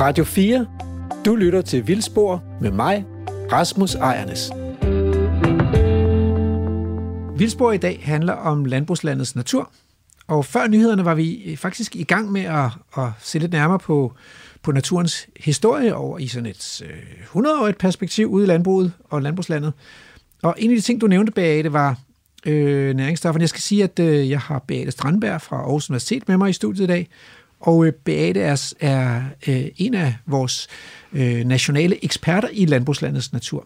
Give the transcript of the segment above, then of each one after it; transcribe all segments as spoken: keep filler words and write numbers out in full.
Radio fire. Du lytter til Vildspor med mig, Rasmus Ejernes. Vildspor i dag handler om landbrugslandets natur. Og før nyhederne var vi faktisk i gang med at, at se lidt nærmere på, på naturens historie over i sådan et øh, hundrede-årigt perspektiv ude i landbruget og landbrugslandet. Og en af de ting, du nævnte, Beate, var øh, næringsstofferne. Jeg skal sige, at øh, jeg har Beate Strandberg fra Aarhus Universitet med mig i studiet i dag. Og øh, Beate er, er øh, en af vores øh, nationale eksperter i landbrugslandets natur.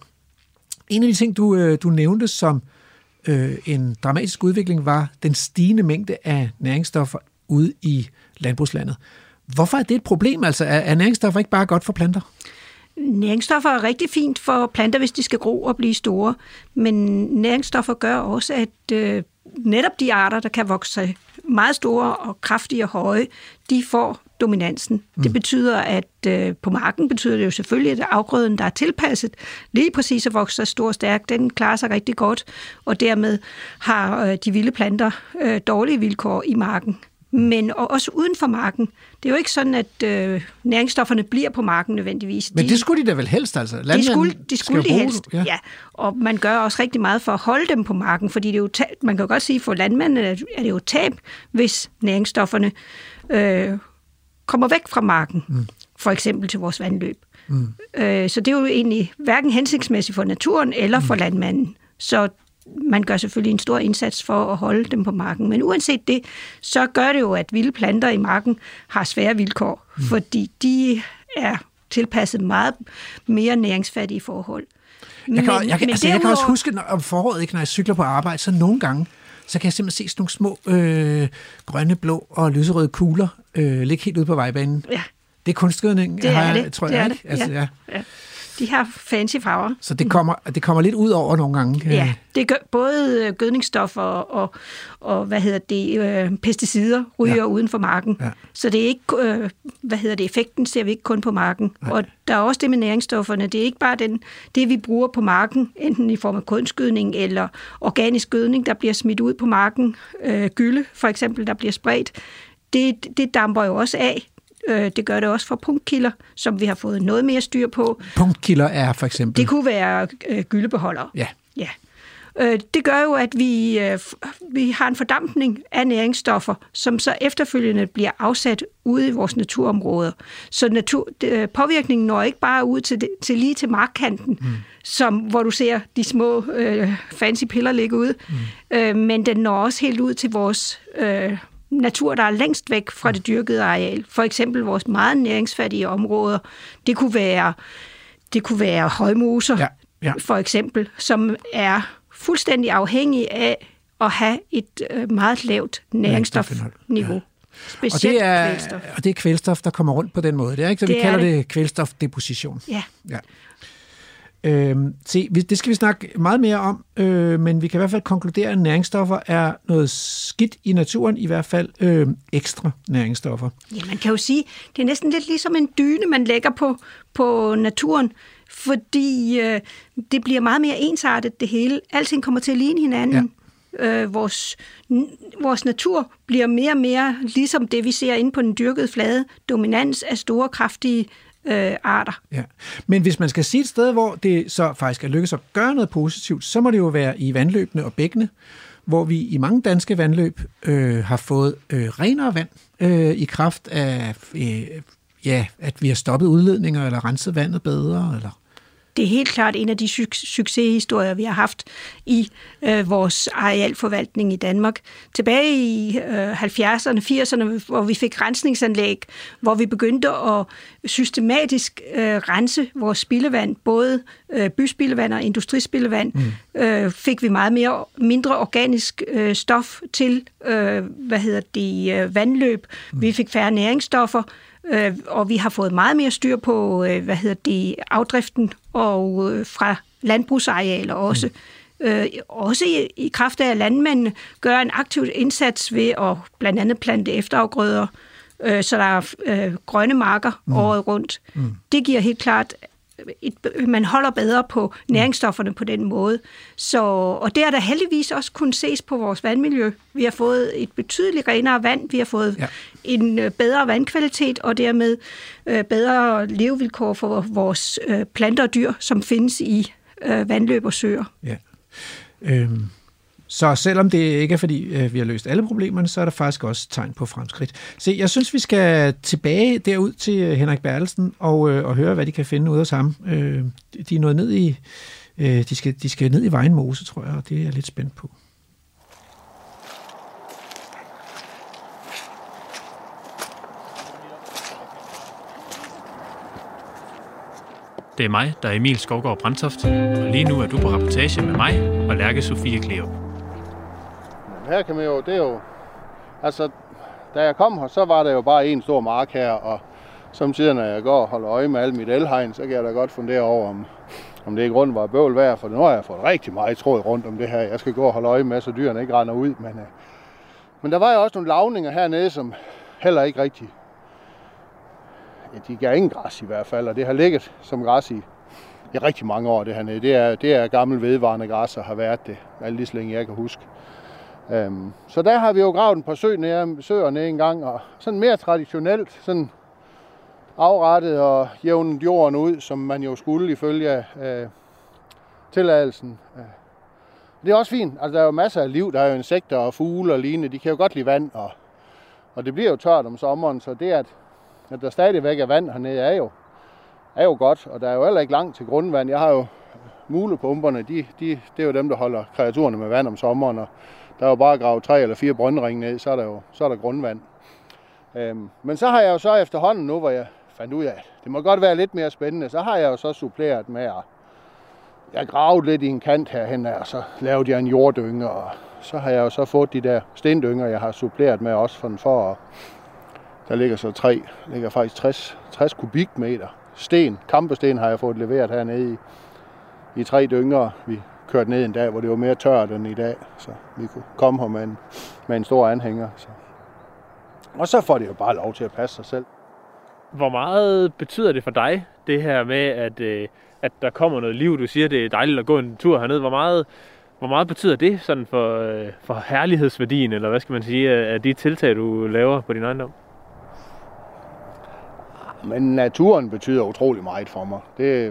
En af de ting, du, øh, du nævnte som øh, en dramatisk udvikling, var den stigende mængde af næringsstoffer ude i landbrugslandet. Hvorfor er det et problem? Altså, er, er næringsstoffer ikke bare godt for planter? Næringsstoffer er rigtig fint for planter, hvis de skal gro og blive store, men næringsstoffer gør også, at øh, netop de arter, der kan vokse meget store og kraftige og høje, de får dominansen. Mm. Det betyder, at øh, på marken betyder det jo selvfølgelig, at afgrøden, der er tilpasset lige præcis at vokse sig stor og stærk, den klarer sig rigtig godt, og dermed har øh, de vilde planter øh, dårlige vilkår i marken. Men også uden for marken. Det er jo ikke sådan, at øh, næringsstofferne bliver på marken nødvendigvis. Men det skulle de da vel helst, altså? De skulle de, skulle de helst, ja. ja. Og man gør også rigtig meget for at holde dem på marken, fordi det er jo tab, man kan jo godt sige, for landmændene er det jo tab, hvis næringsstofferne øh, kommer væk fra marken, mm. for eksempel til vores vandløb. Mm. Øh, så det er jo egentlig hverken hensigtsmæssigt for naturen eller for mm. landmanden. Så man gør selvfølgelig en stor indsats for at holde dem på marken. Men uanset det, så gør det jo, at vilde planter i marken har svære vilkår, mm. fordi de er tilpasset meget mere næringsfattige forhold. Jeg kan, men, jeg kan, men altså, derudover... jeg kan også huske, når, om foråret, ikke, når jeg cykler på arbejde, så nogle gange, så kan jeg simpelthen se sådan nogle små øh, grønne, blå og lyserøde kugler øh, ligge helt ude på vejbanen. Ja. Det er kunstgødning, det er har jeg, det. tror det jeg. Er ikke? det. Altså, ja. Ja. De har fancy farver. Så det kommer, det kommer lidt ud over nogle gange. Ja, det gør både gødningsstoffer og, og hvad hedder det, øh, pesticider ryger ja. uden for marken. Ja. Så det er ikke, øh, hvad hedder det, effekten ser vi ikke kun på marken. Nej. Og der er også det med næringsstofferne. Det er ikke bare den, det, vi bruger på marken, enten i form af kunstgødning eller organisk gødning, der bliver smidt ud på marken. Øh, gylde, for eksempel, der bliver spredt. Det, det damper jo også af. Det gør det også for punktkilder, som vi har fået noget mere styr på. Punktkilder er for eksempel? Det kunne være øh, gyldebeholdere. Ja. ja. Øh, det gør jo, at vi, øh, vi har en fordampning af næringsstoffer, som så efterfølgende bliver afsat ude i vores naturområder. Så natur, øh, påvirkningen når ikke bare ud til, til lige til markkanten, mm. som, hvor du ser de små øh, fancy piller ligge ude, mm. øh, men den når også helt ud til vores Øh, natur, der er længst væk fra det dyrkede areal. For eksempel vores meget næringsfattige områder. Det kunne være, det kunne være højmoser, ja, ja. for eksempel, som er fuldstændig afhængige af at have et meget lavt næringsstofniveau. Ja. Specielt og det er, kvælstof. Og det er kvælstof, der kommer rundt på den måde. Det er ikke, så det vi kalder det, det kvælstofdeposition. Ja. ja. Øhm, se, det skal vi snakke meget mere om, øh, men vi kan i hvert fald konkludere, at næringsstoffer er noget skidt i naturen, i hvert fald øh, ekstra næringsstoffer. Ja, man kan jo sige, det er næsten lidt ligesom en dyne, man lægger på, på naturen, fordi øh, det bliver meget mere ensartet, det hele. Alting kommer til at ligne hinanden. Ja. Øh, vores, vores natur bliver mere og mere ligesom det, vi ser inde på den dyrkede flade. Dominans af store, kraftige Øh, arter. Ja. Men hvis man skal sige et sted, hvor det så faktisk er lykkes at gøre noget positivt, så må det jo være i vandløbene og bækkene, hvor vi i mange danske vandløb øh, har fået øh, renere vand øh, i kraft af, øh, ja, at vi har stoppet udledninger eller renset vandet bedre, eller... Det er helt klart en af de su- succeshistorier, vi har haft i øh, vores arealforvaltning i Danmark. Tilbage i øh, halvfjerdserne, firserne, hvor vi fik rensningsanlæg, hvor vi begyndte at systematisk øh, rense vores spildevand, både øh, byspildevand og industrispildevand, mm. øh, fik vi meget mere, mindre organisk øh, stof til øh, hvad hedder det, øh, vandløb. Mm. Vi fik færre næringsstoffer. Øh, og vi har fået meget mere styr på, øh, hvad hedder det, afdriften og øh, fra landbrugsarealer også. Mm. Øh, også i, i kraft af, at landmændene gør en aktiv indsats ved at blandt andet plante efterafgrøder, øh, så der er øh, grønne marker mm. året rundt. Mm. Det giver helt klart et, man holder bedre på næringsstofferne på den måde. Så, og det er der heldigvis også kun ses på vores vandmiljø. Vi har fået et betydeligt renere vand, vi har fået ja. en bedre vandkvalitet, og dermed øh, bedre levevilkår for vores øh, planter og dyr, som findes i øh, vandløb og søer. Ja. Øhm. Så selvom det ikke er, fordi øh, vi har løst alle problemerne, så er der faktisk også tegn på fremskridt. Se, jeg synes, vi skal tilbage derud til øh, Henrik Bertelsen og, øh, og høre, hvad de kan finde ud af sammen. Øh, de er nået ned i, øh, de, skal, de skal ned i Vejen Mose, tror jeg, og det er jeg lidt spændt på. Det er mig, der er Emil Skovgaard Brandtoft, og lige nu er du på rapportage med mig og Lærke Sofie Kleo. Her kan man jo, det er jo, altså, da jeg kom her, så var der jo bare en stor mark her, og samtidig, når jeg går og holder øje med alt mit elhegn, så kan jeg da godt fundere over, om, om det i grunden var bøvl værd, for nu har jeg fået rigtig meget tråd rundt om det her. Jeg skal gå og holde øje med, så dyrene ikke render ud, men, øh, men der var jo også nogle lavninger hernede, som heller ikke rigtig, ja, de gav ingen græs i hvert fald, og det har ligget som græs i, i rigtig mange år, det hernede. Det er, det er gammel vedvarende græs, og har været det, alle de så længe jeg kan huske. Um, så der har vi jo gravet en par sø nede, søer nede en gang, og sådan mere traditionelt, sådan afrettet og jævnet jorden ud, som man jo skulle ifølge uh, tilladelsen. Uh, det er også fint, altså der er jo masser af liv, der er jo insekter og fugle og lignende, de kan jo godt lide vand, og, og det bliver jo tørt om sommeren, så det at, at der stadigvæk er vand hernede er jo, er jo godt, og der er jo heller ikke langt til grundvand. Jeg har jo mulepumperne, de, de, det er jo dem, der holder kreaturerne med vand om sommeren, og der er jo bare at grave tre eller fire brøndringe ned, så er der jo så er der grundvand. Øhm, men så har jeg jo så efterhånden nu, hvor jeg fandt ud af, at det må godt være lidt mere spændende, så har jeg jo så suppleret med at jeg gravet lidt i en kant herhen, og så lavede jeg en jorddynge, og så har jeg jo så fået de der stendynger, jeg har suppleret med også for, for at, der ligger så tre, ligger faktisk tres, tres kubikmeter sten, kampesten har jeg fået leveret hernede i, i tre dynger. Vi kørte ned en dag, hvor det var mere tørt end i dag, så vi kunne komme her med en, med en stor anhænger. Så. Og så får det jo bare lov til at passe sig selv. Hvor meget betyder det for dig, det her med, at, øh, at der kommer noget liv? Du siger, det er dejligt at gå en tur herned. Hvor meget, hvor meget betyder det sådan for, øh, for herlighedsværdien, eller hvad skal man sige, af de tiltag, du laver på din ejendom? Men naturen betyder utrolig meget for mig. Det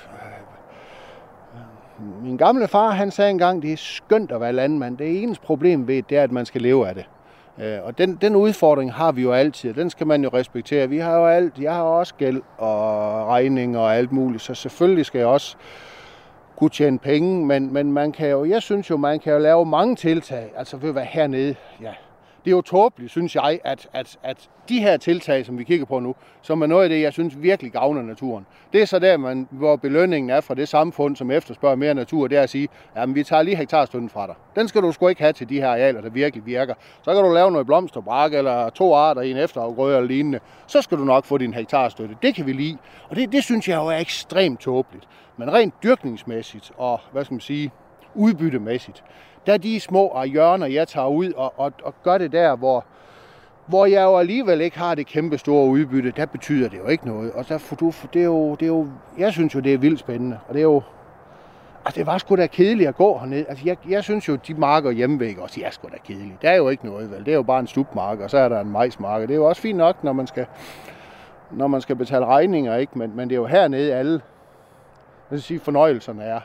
Min gamle far, han sagde engang, det er skønt at være landmand. Det eneste problem ved det er, at man skal leve af det. Og den, den udfordring har vi jo altid, den skal man jo respektere. Vi har jo alt, jeg har også gæld og regninger og alt muligt, så selvfølgelig skal jeg også kunne tjene penge, men, men man kan jo, jeg synes jo, man kan jo lave mange tiltag, altså ved at være hernede, ja. Det er jo tåbeligt, synes jeg, at, at, at de her tiltag, som vi kigger på nu, som er noget af det, jeg synes virkelig gavner naturen. Det er så der, man, hvor belønningen er fra det samfund, som efterspørger mere natur, det er at sige, jamen vi tager lige hektarstøtten fra dig. Den skal du sgu ikke have til de her arealer, der virkelig virker. Så kan du lave noget blomsterbrak eller to arter i en efterafgrøde eller lignende. Så skal du nok få din hektarstøtte. Det kan vi lide. Og det, det synes jeg jo er ekstremt tåbeligt. Men rent dyrkningsmæssigt og, hvad skal man sige, udbyttemæssigt, der er de små hjørner, jeg tager ud og, og, og gør det der, hvor, hvor jeg jo alligevel ikke har det kæmpe store udbytte, der betyder det jo ikke noget. Og der, du, det er jo, det er jo, jeg synes jo, det er vildt spændende. Og det er jo, altså det var sgu da kedeligt at gå herned. Altså jeg, jeg synes jo, de marker hjemmevæk også, de er sgu da kedelige. Der er jo ikke noget, vel. Det er jo bare en stubmark, og så er der en majsmark. Det er jo også fint nok, når man skal, når man skal betale regninger, ikke? Men, men det er jo hernede alle, jeg vil sige, fornøjelserne er.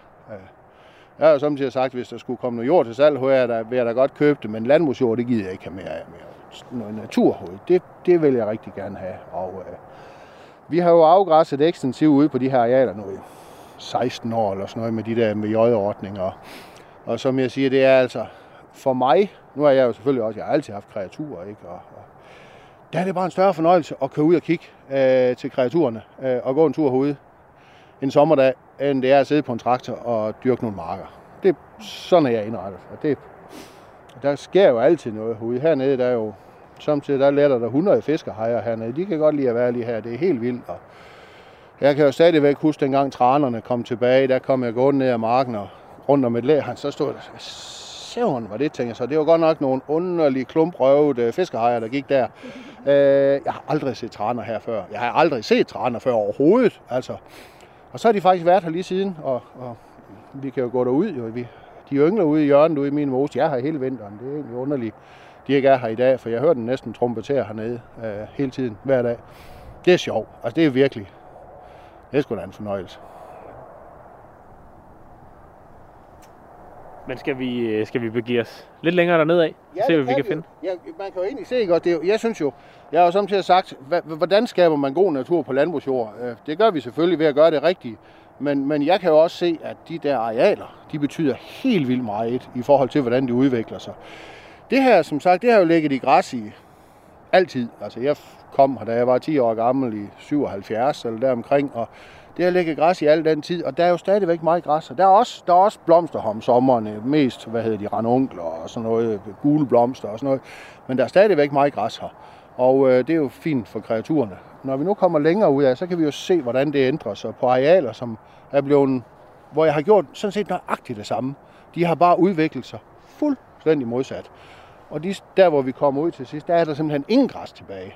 Jeg har jo samtidig sagt, at hvis der skulle komme noget jord til salg, vil jeg da, vil jeg da godt købe det, men landbrugsjord, det gider jeg ikke have mere af. Noget naturhoved, det, det vil jeg rigtig gerne have. Og øh, vi har jo afgræsset ekstensivt ude på de her arealer nu i seksten år eller sådan noget med de der med J-ordninger. Og, og som jeg siger, det er altså for mig, nu er jeg jo selvfølgelig også, jeg har altid haft kreaturer, ikke? Og, og der er det bare en større fornøjelse at køre ud og kigge øh, til kreaturerne øh, og gå en tur herude en sommerdag, end det er at sidde på en traktor og dyrke nogle marker. Det, sådan er jeg indrettet. Og det, der sker jo altid noget herude. Hernede, der er jo samtidig, der letter der hundrede fiskerhajer hernede. De kan godt lide at være lige her. Det er helt vildt. Og jeg kan jo stadigvæk huske, dengang tranerne kom tilbage, der kom jeg gående ned ad marken og rundt om et læhegn. Så stod der, søvn var det, tænker jeg så. Det var godt nok nogle underlige klumprøvede fiskerhajer, der gik der. Jeg har aldrig set traner her før. Jeg har aldrig set traner før overhovedet. Altså, Og så har de faktisk været her lige siden, og, og vi kan jo gå derud. Jo. Vi, de yngler ude i hjørnet ude i min mose. Jeg er her hele vinteren. Det er egentlig underligt, de ikke er her i dag, for jeg hører den næsten trompetere hernede øh, hele tiden, hver dag. Det er sjovt. Altså, det er virkelig. Det er sgu da en fornøjelse. Men skal vi, skal vi begive os lidt længere dernede af? Ja, se, hvad kan vi kan finde. Ja, man kan jo egentlig se godt. Det er, jeg synes jo, jeg har jo samtidig sagt, hvordan skaber man god natur på landbrugsjord? Det gør vi selvfølgelig ved at gøre det rigtigt. Men, men jeg kan jo også se, at de der arealer, de betyder helt vildt meget i forhold til, hvordan de udvikler sig. Det her, som sagt, det har jo ligget i græs i altid. Altså, jeg kom her, da jeg var ti år gammel i syvoghalvfjerds eller deromkring, og det har ligget græs i al den tid, og der er jo stadigvæk meget græs. Og der er også, der er også blomster om sommeren, mest, hvad hedder de, ranunkler og sådan noget, gule blomster og sådan noget. Men der er stadigvæk meget græs her, og øh, det er jo fint for kreaturerne. Når vi nu kommer længere ud af, så kan vi jo se, hvordan det ændrer sig på arealer, som er blevet, hvor jeg har gjort sådan set nøjagtigt det samme. De har bare udviklet sig fuldstændig modsat. Og de, der, hvor vi kommer ud til sidst, der er der simpelthen ingen græs tilbage.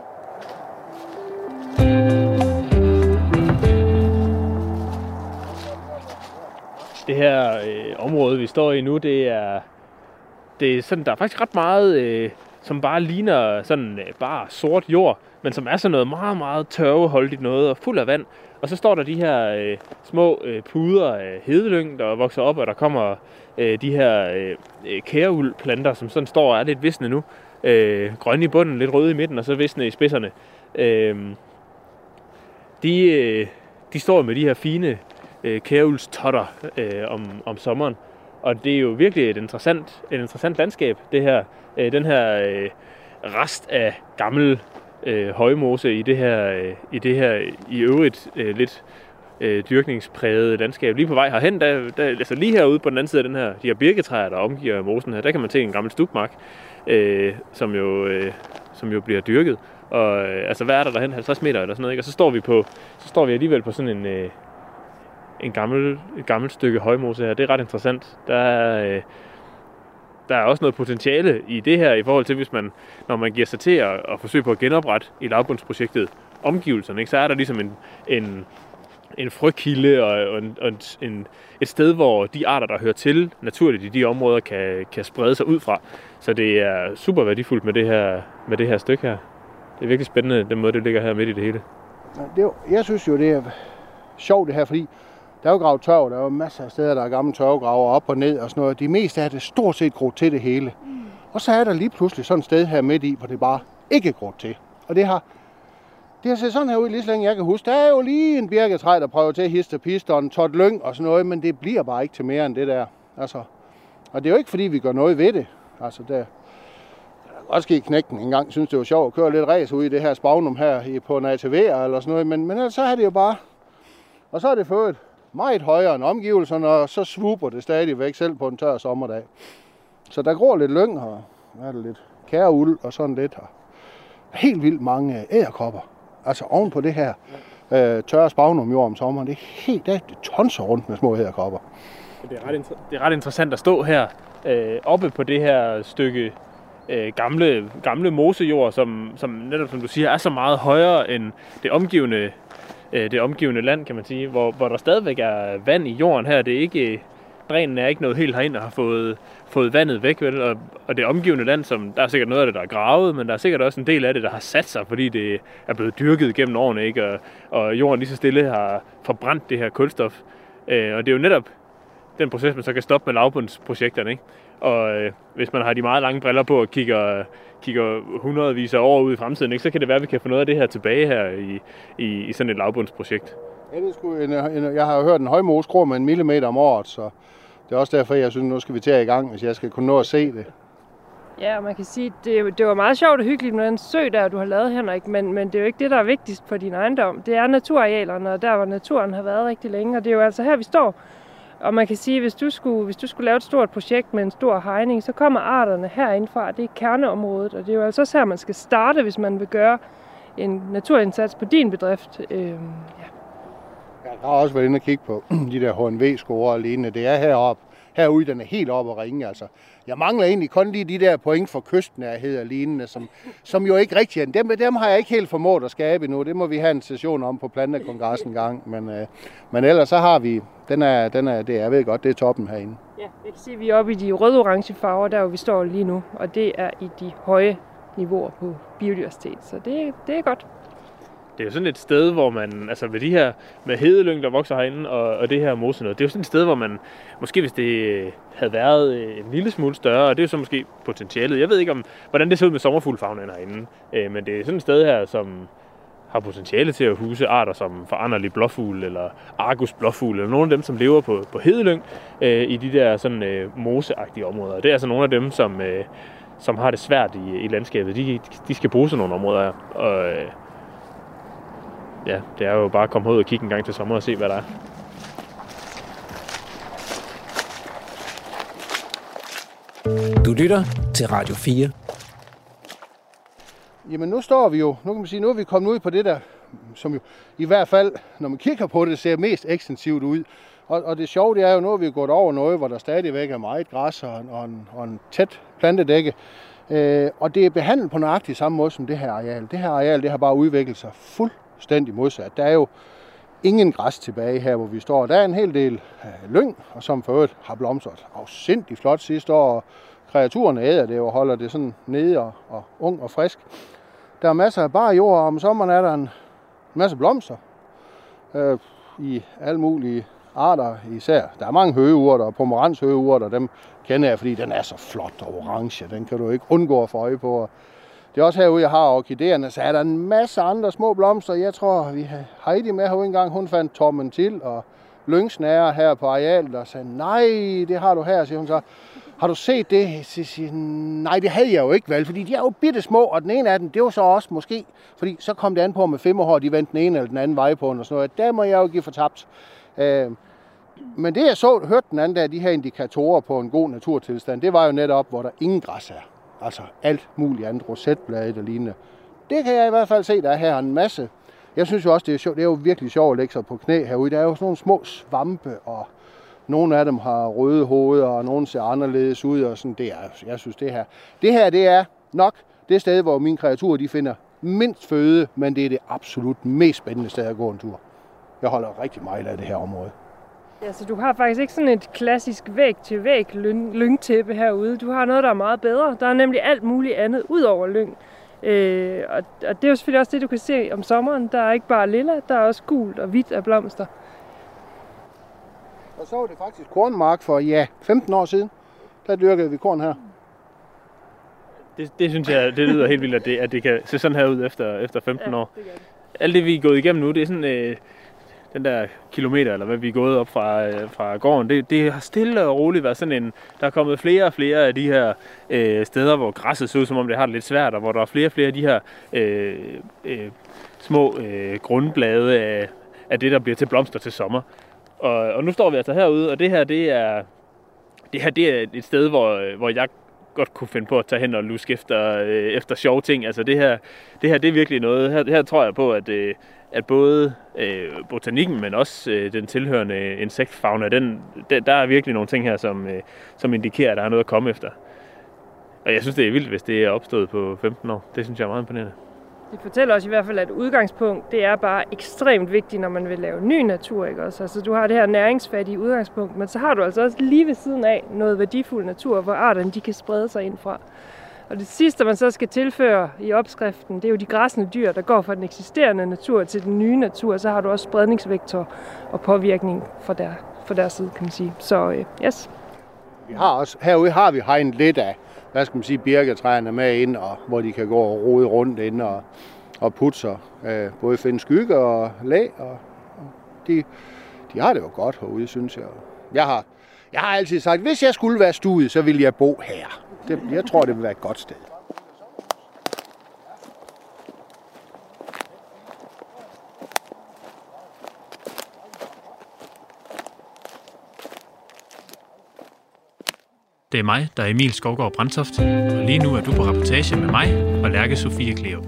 Det her øh, område, vi står i nu, det er, det er sådan, der er faktisk ret meget, øh, som bare ligner sådan øh, bare sort jord, men som er sådan noget meget, meget tørveholdigt noget og fuld af vand. Og så står der de her øh, små øh, puder af hedelyng, der vokser op, og der kommer øh, de her øh, kæreuldplanter, som sådan står og er lidt visne nu. Øh, grønne i bunden, lidt røde i midten, og så visne i spidserne. Øh, de, øh, de står med de her fine øh, kæreulstotter øh, om, om sommeren. Og det er jo virkelig et interessant, et interessant landskab, det her. Øh, den her øh, rest af gammel øh, højmose i det her, øh, i det her i øvrigt øh, lidt øh, dyrkningsprægede landskab. Lige på vej herhen, der, der, altså lige herude på den anden side af den her, de her birketræer, der omgiver mosen her, der kan man se en gammel stubmark, øh, som, jo, øh, som jo bliver dyrket. Og øh, altså, hvad er der derhen? halvtreds meter eller sådan noget, ikke? Og så står vi på, så står vi alligevel på sådan en, øh, en gammel, et gammelt stykke højmose her. Det er ret interessant. Der er, øh, der er også noget potentiale i det her, i forhold til, hvis man, når man giver sig til at, at forsøge på at genoprette i lavbundsprojektet omgivelserne, ikke? Så er der ligesom en, en, en frøkilde og, og, en, og en, et sted, hvor de arter, der hører til naturligt i de områder, kan, kan sprede sig ud fra. Så det er super værdifuldt med det her, med det her stykke her. Det er virkelig spændende, den måde, det ligger her midt i det hele. Det er jo, jeg synes jo, det er sjovt det her, fordi der er jo gravet tørv, der er jo masser af steder, der er gamle tørvegraver op og ned og sådan noget. De meste af det stort set grået til det hele. Mm. Og så er der lige pludselig sådan et sted her midt i, hvor det bare ikke grået til. Og det har, det har set sådan her ud lige så længe jeg kan huske. Der er jo lige en birketræ, der prøver til at histe pister og en tot lyng og sådan noget, men det bliver bare ikke til mere end det der. Altså, og det er jo ikke fordi, vi gør noget ved det. Altså, der også ske knækken en gang, synes det var sjovt at køre lidt race ud i det her spagnum her på en A T V'er eller sådan noget, men, men ellers så er det jo bare, og så er det fået meget højere end omgivelserne, og så swooper det stadigvæk selv på en tør sommerdag. Så der gror lidt lyng her, der er det lidt kæreuld og sådan lidt her. Helt vildt mange edderkopper, altså oven på det her øh, tørre spagnumjord om sommeren, det er helt, der er tonser rundt med små edderkopper. Det er ret, inter- det er ret interessant at stå her øh, oppe på det her stykke øh, gamle, gamle mosejord, som, som netop som du siger, er så meget højere end det omgivende, øh, det omgivende land, kan man sige, hvor, hvor der stadigvæk er vand i jorden her. Det er ikke, drænen er ikke noget helt herind og har fået, fået vandet væk, vel? Og, og det omgivende land, som, der er sikkert noget af det, der er gravet, men der er sikkert også en del af det, der har sat sig, fordi det er blevet dyrket gennem årene, ikke? Og, og jorden lige så stille har forbrændt det her kulstof. Øh, og det er jo netop den proces, man så kan stoppe med lavbundsprojekterne, ikke? Og øh, hvis man har de meget lange briller på og kigger, kigger hundredvis af år ud i fremtiden, ikke, så kan det være, at vi kan få noget af det her tilbage her i, i, i sådan et lavbundsprojekt. Ja, det er sgu en, en, jeg har jo hørt en højmose gror med en millimeter om året, så det er også derfor, jeg synes, nu skal vi tage i gang, hvis jeg skal kunne nå at se det. Ja, og man kan sige, det, det var meget sjovt og hyggeligt med den sø, der du har lavet, Henrik, men, men det er jo ikke det, der er vigtigst for din ejendom. Det er naturarealerne, og der, hvor naturen har været rigtig længe, og det er jo altså her, vi står. Og man kan sige, hvis du skulle, hvis du skulle lave et stort projekt med en stor hegning, så kommer arterne herindfra. Det er kerneområdet, og det er jo altså også her, man skal starte, hvis man vil gøre en naturindsats på din bedrift. Øhm, ja. Jeg har også været inde og kigge på de der H N V-scorer og lignende. Det er heroppe, herude, den er helt oppe at ringe. Altså, jeg mangler egentlig kun lige de der point for kystnærhed og lignende, som, som jo ikke rigtig er. Dem, dem har jeg ikke helt formået at skabe endnu. Det må vi have en session om på Plantekongressen en gang. Men, øh, men ellers så har vi, den er, den er, det er, jeg ved godt, det er toppen herinde. Ja, jeg kan se, at vi er oppe i de rød-orange farver, der hvor vi står lige nu. Og det er i de høje niveauer på biodiversitet. Så det, det er godt. Det er jo sådan et sted, hvor man, altså med de her, med hedelyng, der vokser herinde, og, og det her mosenød, det er jo sådan et sted, hvor man, måske hvis det havde været en lille smule større, og det er jo så måske potentialet. Jeg ved ikke, om hvordan det ser ud med sommerfuglfaunaen herinde, øh, men det er sådan et sted her, som har potentiale til at huse arter som foranderlig blåfugl, eller argus blåfugl, eller nogle af dem, som lever på, på hedelyng øh, i de der sådan øh, moseagtige områder. Det er altså nogle af dem, som, øh, som har det svært i, i landskabet. De, de skal bruge sådan nogle områder her, og øh, ja, det er jo bare at komme ud og kigge en gang til sommer og se, hvad der er. Du lytter til Radio fire. Jamen nu står vi jo, nu kan man sige, nu er vi kommet ud på det der, som jo i hvert fald, når man kigger på det, ser mest ekstensivt ud. Og, og det sjove, det er jo, nu er vi gået over noget, hvor der stadigvæk er meget græs og en, og en, og en tæt plantedække. Øh, og det er behandlet på nøjagtig samme måde som det her areal. Det her areal, det har bare udviklet sig fuldstændig modsat. Der er jo ingen græs tilbage her, hvor vi står. Der er en hel del lyng, og som for øvrigt har blomstret afsindigt flot sidste år. Og kreaturerne æder det og holder det sådan nede og, og ung og frisk. Der er masser af bar jord, og om sommeren er der en masse blomster øh, i alle mulige arter især. Der er mange høgeurter, og pomerans høgeurter, dem kender jeg, fordi den er så flot og orange. Den kan du ikke undgå at få øje på. Det er også herude, jeg har orkidéerne, så er der en masse andre små blomster. Jeg tror, vi har Heidi med herude engang. Hun fandt tormentil og lyngsnære her på arealet og sagde, nej, det har du her, siger hun så. Har du set det? Så siger, nej, det havde jeg jo ikke, vel, fordi de er jo bitte små, og den ene af dem, det var så også måske, fordi så kom det an på med femmerhår, de vendte den ene eller den anden vej på, og sådan noget. Der må jeg jo give for tabt. Øh, men det jeg så, hørte den anden af de her indikatorer på en god naturtilstand, det var jo netop, hvor der ingen græs er. Altså alt muligt andet, rosetblade og lignende. Det kan jeg i hvert fald se, der er her en masse. Jeg synes jo også, det er, sjovt, det er jo virkelig sjovt at lægge sig på knæ herude. Der er jo sådan nogle små svampe, og nogle af dem har røde hoveder, og nogle ser anderledes ud. Og sådan. Det er, jeg synes, det her, det her det er nok det sted, hvor mine kreaturer de finder mindst føde, men det er det absolut mest spændende sted at gå en tur. Jeg holder rigtig meget af det her område. Ja, så du har faktisk ikke sådan et klassisk væg-til-væg lyngtæppe herude. Du har noget, der er meget bedre. Der er nemlig alt muligt andet ud over lyng. Øh, og, og det er jo selvfølgelig også det, du kan se om sommeren. Der er ikke bare lilla, der er også gult og hvidt af blomster. Og så var det faktisk kornmark for, ja, femten år siden. Der dyrkede vi korn her. Det, det synes jeg, det lyder helt vildt, at det, at det kan se sådan her ud efter, efter femten ja, år. Det det. Alt det, vi er gået igennem nu, det er sådan øh, den der kilometer, eller hvad vi er gået op fra, øh, fra gården. Det, det har stille og roligt været sådan en... Der er kommet flere og flere af de her øh, steder, hvor græsset ser ud, som om det har det lidt svært, og hvor der er flere og flere af de her øh, øh, små øh, grundblade af, af det, der bliver til blomster til sommer. Og, og nu står vi altså herude, og det her, det er, det her, det er et sted, hvor, hvor jeg godt kunne finde på at tage hen og luske efter, øh, efter sjove ting. Altså det her, det her, det er virkelig noget. Her, her tror jeg på, at, øh, at både øh, botanikken, men også øh, den tilhørende insektfauna, den, der, der er virkelig nogle ting her, som, øh, som indikerer, at der er noget at komme efter. Og jeg synes, det er vildt, hvis det er opstået på femten år. Det synes jeg er meget imponerende. Det fortæller også i hvert fald, at udgangspunkt, det er bare ekstremt vigtigt, når man vil lave ny natur, ikke også? Altså, du har det her næringsfattige udgangspunkt, men så har du altså også lige ved siden af noget værdifuld natur, hvor arterne de kan sprede sig ind fra. Og det sidste, man så skal tilføre i opskriften, det er jo de græssende dyr, der går fra den eksisterende natur til den nye natur. Så har du også spredningsvektor og påvirkning fra der, fra deres side, kan man sige. Så øh, yes. Vi har også, herude har vi hegnet lidt af, hvad skal man sige, birketræerne med ind, og hvor de kan gå og rode rundt ind og, og putser. Øh, både finde skygge og læ, og, og de, de har det jo godt herude, synes jeg. Jeg har, jeg har altid sagt, hvis jeg skulle være stuet, så ville jeg bo her. Det, jeg tror, det ville være et godt sted. Det er mig, der er Emil Skovgaard Brandtoft, og lige nu er du på reportage med mig og Lærke Sofie Cleo.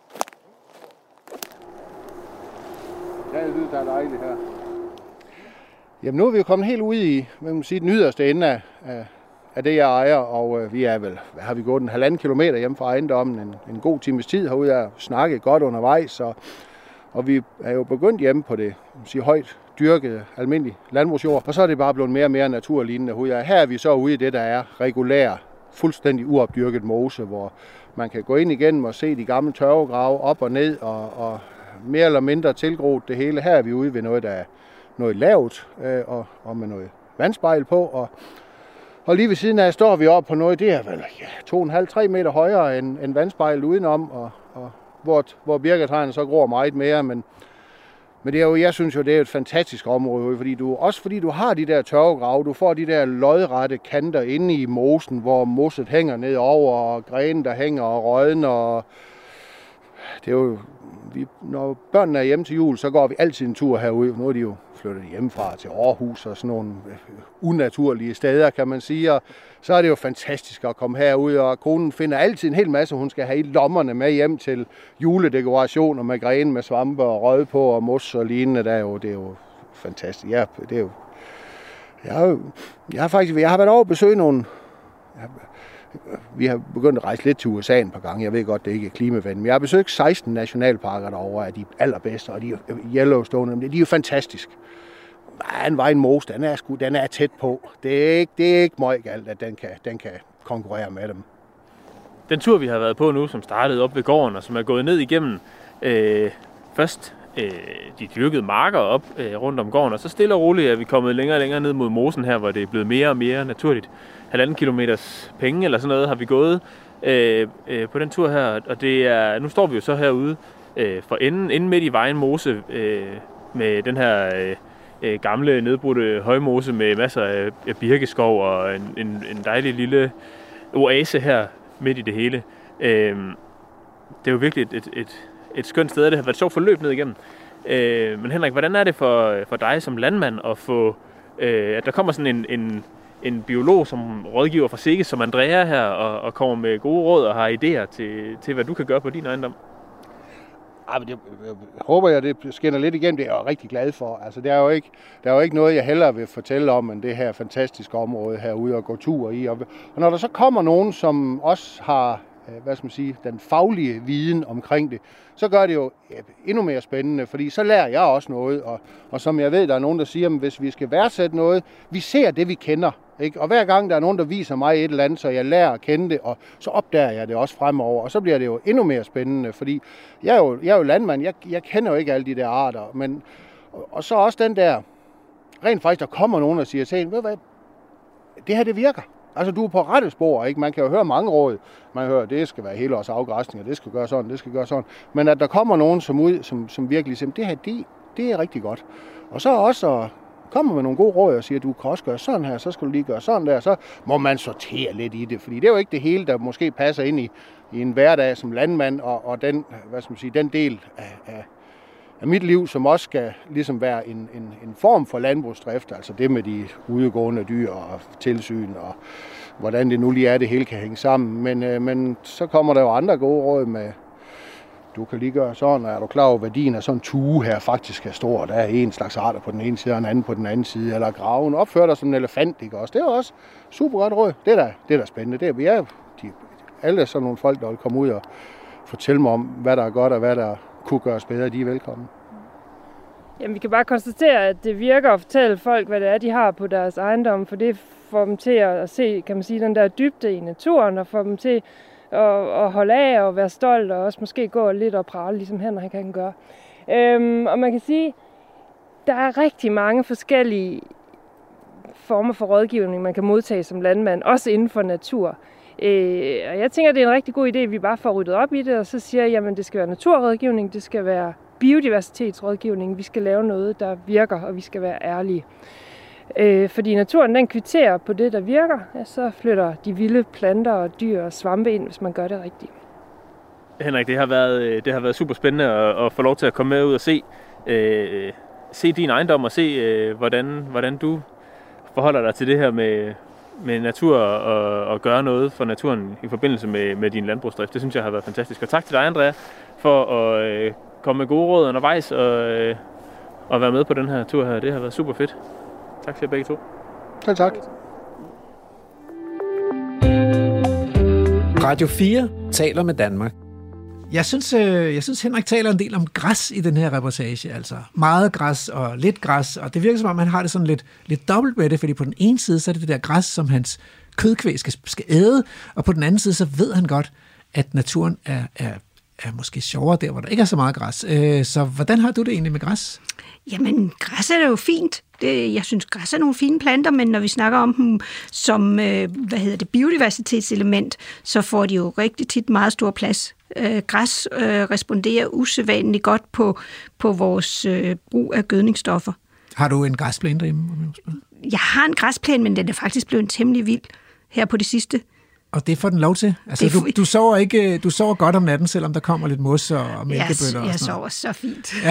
Ja, jeg synes, det er dejligt her. Jamen nu er vi jo kommet helt ud i, hvad man sige, den yderste ende af, af, af det, jeg ejer, og øh, vi er vel, hvad har vi gået en halvanden kilometer hjem fra ejendommen, en, en god times tid herude af snakke godt undervejs, og, og vi er jo begyndt hjemme på det, sige, højt dyrket, almindelig landbrugsjord, og så er det bare blevet mere og mere naturlignende herude. Her er vi så ude i det, der er regulær, fuldstændig uopdyrket mose, hvor man kan gå ind igennem og se de gamle tørvegrave op og ned, og, og mere eller mindre tilgroet det hele. Her er vi ude ved noget, der er noget lavt, øh, og, og med noget vandspejl på, og, og lige ved siden af står vi oppe på noget, det er vel ja, to komma fem til tre meter højere end, end vandspejlet udenom, og, og hvor, hvor birketræerne så gror meget mere, men Men det er jo, jeg synes jo, det er et fantastisk område, fordi du, også fordi du har de der tørvegrave, du får de der lodrette kanter inde i mosen, hvor mosset hænger ned over, og grenen der hænger og rådner. Og det er jo, vi, når børnene er hjemme til jul, så går vi altid en tur herude. Nu er de jo flyttet hjemmefra til Aarhus og sådan nogle unaturlige steder, kan man sige. Og så er det jo fantastisk at komme herud, og konen finder altid en hel masse, hun skal have i lommerne med hjem til juledekorationer med grene med svampe og rød på og mos og lignende. Det er jo, det er jo fantastisk. Ja, det er jo, jeg, har jo, jeg har faktisk jeg har været over at besøge nogle. Jeg, vi har begyndt at rejse lidt til U S A et par gange. Jeg ved godt, det ikke er klimavenligt, men jeg har besøgt seksten nationalparker derovre af de allerbedste, og de er Yellowstone, de er jo fantastisk. En Vejnmos, den er sgu, den er tæt på. Det er ikke, det er ikke meget galt, at den kan, den kan konkurrere med dem. Den tur, vi har været på nu, som startede op ved gården, og som er gået ned igennem øh, først øh, de dyrkede marker op øh, rundt om gården, og så stille og roligt er vi kommet længere og længere ned mod mosen her, hvor det er blevet mere og mere naturligt. Halvanden kilometers penge eller sådan noget har vi gået øh, øh, på den tur her, og det er, nu står vi jo så herude øh, for enden, enden midt i Vejnmose øh, med den her øh, gamle nedbrudte højmose med masser af, af birkeskov og en, en, en dejlig lille oase her midt i det hele. Øh, det er jo virkelig et, et, et, et skønt sted, det har været et sjovt forløb ned igennem. Øh, men Henrik, hvordan er det for, for dig som landmand at få, øh, at der kommer sådan en, en en biolog som rådgiver fra Sikkes, som Andrea her, og, og kommer med gode råd og har idéer til, til, hvad du kan gøre på din ejendom? Ja, men det, jeg håber jeg, det skinner lidt igen. Det er jeg rigtig glad for. Altså, det er jo ikke, der er jo ikke noget, jeg hellere vil fortælle om, end det her fantastiske område herude og gå tur i. Og, og når der så kommer nogen, som også har, hvad skal man sige, den faglige viden omkring det, så gør det jo endnu mere spændende, fordi så lærer jeg også noget. Og, og som jeg ved, der er nogen, der siger, at hvis vi skal værdsætte noget, vi ser det, vi kender. Ikke? Og hver gang der er nogen, der viser mig et eller andet, så jeg lærer at kende det, og så opdager jeg det også fremover. Og så bliver det jo endnu mere spændende, fordi jeg er jo, jeg er jo landmand, jeg, jeg kender jo ikke alle de der arter. Men, og, og så også den der, rent faktisk, der kommer nogen og siger til en, ved hvad, det her det virker. Altså, du er på rette spor, ikke? Man kan jo høre mange råd. Man hører, at det skal være helårs afgræsning, og det skal gøre sådan, det skal gøre sådan. Men at der kommer nogen, som, ud, som, som virkelig siger, det her, det, det er rigtig godt. Og så også kommer med nogle gode råd og siger, at du kan også gøre sådan her, så skal du lige gøre sådan der. Så må man sortere lidt i det, fordi det er jo ikke det hele, der måske passer ind i, i en hverdag som landmand, og, og den, hvad skal man sige, den del af, af af mit liv, som også skal ligesom være en, en, en form for landbrugsdrift, altså det med de udegående dyr og tilsyn og hvordan det nu lige er, det hele kan hænge sammen. Men, øh, men så kommer der jo andre gode råd med, du kan lige gøre sådan, og er du klar over, værdien af sådan en tue her faktisk er stor. Der er en slags arter på den ene side, og en anden på den anden side, eller graven. Opfør dig som en elefant, ikke også? Det er også super godt råd. Det er da, det er da spændende. Det er, vi er de, alle sådan nogle folk, der vil komme ud og fortælle mig om, hvad der er godt og hvad der kunne gøres bedre, de er velkomne. Jamen, vi kan bare konstatere, at det virker at fortælle folk, hvad det er, de har på deres ejendom, for det får dem til at se, kan man sige, den der dybde i naturen, og får dem til at, at holde af og være stolt, og også måske gå lidt og prale, ligesom Henrik kan gøre. Øhm, og man kan sige, der er rigtig mange forskellige former for rådgivning, man kan modtage som landmand, også inden for natur. Øh, og jeg tænker, det er en rigtig god idé, at vi bare får ryddet op i det, og så siger jeg, jamen det skal være naturrådgivning, det skal være biodiversitetsrådgivning, vi skal lave noget, der virker, og vi skal være ærlige. Øh, fordi naturen, den kvitterer på det, der virker, ja, så flytter de vilde planter og dyr og svampe ind, hvis man gør det rigtigt. Henrik, det har været, det har været super spændende at, at få lov til at komme med ud og se, øh, se din ejendom og se, øh, hvordan, hvordan du forholder dig til det her med med natur og, og gøre noget for naturen i forbindelse med, med din landbrugsdrift. Det synes jeg har været fantastisk. Og tak til dig, Andrea, for at øh, komme med gode råd undervejs og, øh, og være med på den her tur her. Det har været super fedt. Tak til jer begge to. Tak, tak. Radio fire taler med Danmark. Jeg synes, øh, jeg synes, Henrik taler en del om græs i den her reportage. Altså meget græs og lidt græs. Og det virker som om, han har det sådan lidt, lidt dobbelt med det, fordi på den ene side, så er det det der græs, som hans kødkvæg skal, skal æde. Og på den anden side, så ved han godt, at naturen er, er, er måske sjovere der, hvor der ikke er så meget græs. Øh, så hvordan har du det egentlig med græs? Jamen, græs er jo fint. Det, jeg synes, græs er nogle fine planter, men når vi snakker om dem som øh, hvad hedder det, biodiversitetselement, så får de jo rigtig tit meget stor plads. Øh, græs øh, responderer usædvanligt godt på, på vores øh, brug af gødningsstoffer. Har du en græsplæne derhjemme? Jeg har en græsplæne, men den er faktisk blevet temmelig vild her på det sidste. Og det får den lov til? Altså, for... du, du, sover ikke, du sover godt om natten, selvom der kommer lidt mos og mælkebøtter og sådan noget? Jeg sover så fint. Ja.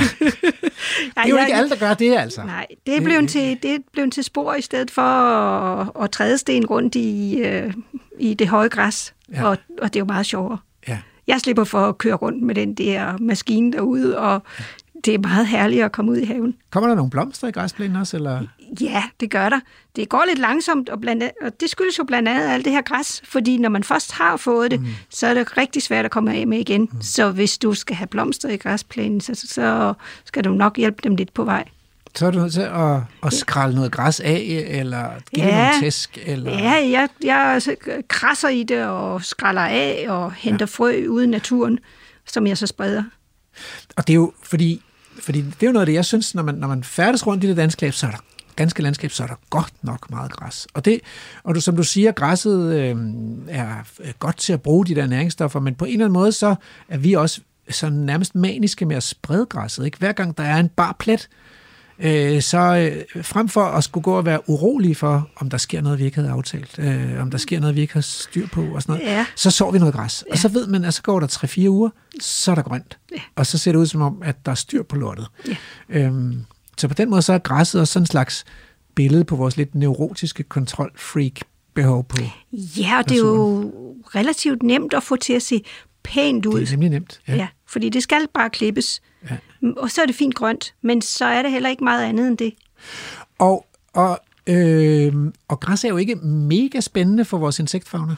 Det er jo ikke alle, der gør det, altså. Nej, det er blevet til, det er blevet til spor i stedet for at, at træde sten rundt i, øh, i det høje græs. Ja. Og, og det er jo meget sjovere. Ja. Jeg slipper for at køre rundt med den der maskine derude, og det er meget herligt at komme ud i haven. Kommer der nogle blomster i græsplænen også? Eller? Ja, det gør der. Det går lidt langsomt, og, blandt andet, og det skyldes jo blandt andet alt det her græs, fordi når man først har fået det, mm. så er det rigtig svært at komme af med igen. Mm. Så hvis du skal have blomster i græsplænen, så, så skal du nok hjælpe dem lidt på vej. Så er du nødt til at, at skrælle noget græs af, eller give ja. nogle tæsk? Eller... Ja, jeg, jeg krasser i det og skræller af og henter ja. frø ude i naturen, som jeg så spreder. Og det er jo fordi, fordi det er jo noget af det, jeg synes, når man, når man færdes rundt i det landskab, så er der ganske landskab, så er der godt nok meget græs. Og det, og du, som du siger, græsset øh, er godt til at bruge de der næringsstoffer, men på en eller anden måde, så er vi også sådan nærmest maniske med at sprede græsset. Ikke? Hver gang der er en bar plet, øh, så øh, frem for at skulle gå og være urolige for, om der sker noget, vi ikke havde aftalt, øh, om der sker noget, vi ikke har styr på, og sådan noget, ja. så så vi noget græs. Ja. Og så ved man, at så går der tre fire uger, så er der grønt. Ja. Og så ser det ud som om, at der er styr på lortet. Ja. Øhm, Så på den måde så er græsset også sådan en slags billede på vores lidt neurotiske kontrolfreak-behov på Ja, og det er jo relativt nemt at få til at se pænt ud. Det er nemlig nemt, ja. ja fordi det skal bare klippes. Ja. Og så er det fint grønt, men så er det heller ikke meget andet end det. Og, og, øh, og græs er jo ikke mega spændende for vores insektfauna.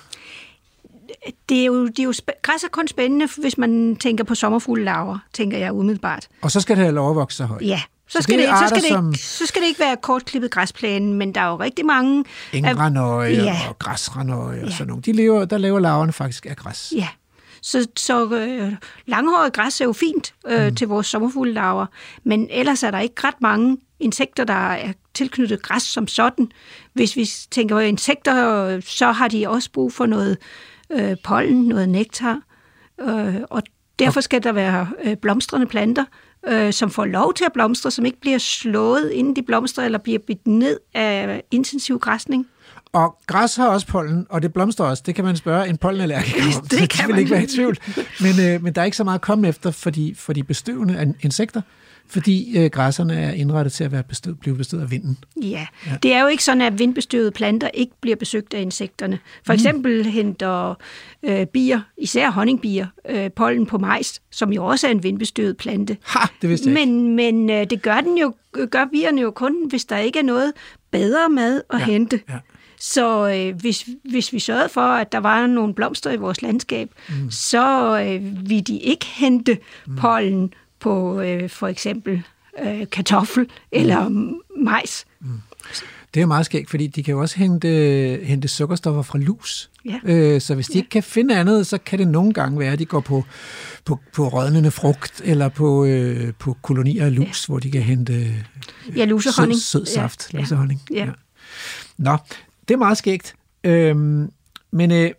Det er jo, det er jo spæ- græs er kun spændende, hvis man tænker på sommerfuglelarver, tænker jeg umiddelbart. Og så skal det have lov at vokse så højt. Ja. Så, så, skal det, arter, så, skal det som... ikke, så skal det ikke være kortklippet græsplæne, men der er jo rigtig mange... Engranøje ja. og græsranøje ja. og sådan nogle. De lever, der lever larverne faktisk af græs. Ja, så, så øh, langhåret græs er jo fint øh, mm. til vores sommerfuglelarver, men ellers er der ikke ret mange insekter, der er tilknyttet græs som sådan. Hvis vi tænker på insekter, så har de også brug for noget øh, pollen, noget nektar, øh, og derfor skal der være øh, blomstrende planter, øh, som får lov til at blomstre, som ikke bliver slået, inden de blomstrer, eller bliver bidt ned af intensiv græsning. Og græs har også pollen, og det blomstrer også. Det kan man spørge en pollenallergiker om. Det, det kan vil man ikke være i tvivl. Men, øh, men der er ikke så meget at komme efter for de, for de bestøvende insekter, fordi øh, græsserne er indrettet til at være bestød, blive bestøvet af vinden. Ja. ja, det er jo ikke sådan, at vindbestøvede planter ikke bliver besøgt af insekterne. For eksempel mm. henter øh, bier, især honningbier, øh, pollen på majs, som jo også er en vindbestøvet plante. Ha, det vidste jeg men, ikke. Men øh, det gør, den jo, gør bierne jo kun, hvis der ikke er noget bedre mad at ja. hente. Ja. Så øh, hvis, hvis vi sørgede for, at der var nogle blomster i vores landskab, mm. så øh, ville de ikke hente mm. pollen på øh, for eksempel øh, kartoffel eller mm. majs. Mm. Det er meget skægt, fordi de kan jo også hente, hente sukkerstoffer fra lus. Ja. Øh, så hvis de ja. ikke kan finde andet, så kan det nogle gange være, at de går på, på, på rådnende frugt eller på, øh, på kolonier af lus, ja. hvor de kan hente øh, ja, sød, sød saft. Ja. Lusehonning. Ja. Ja. Nå, det er meget skægt. Øhm, men, øh,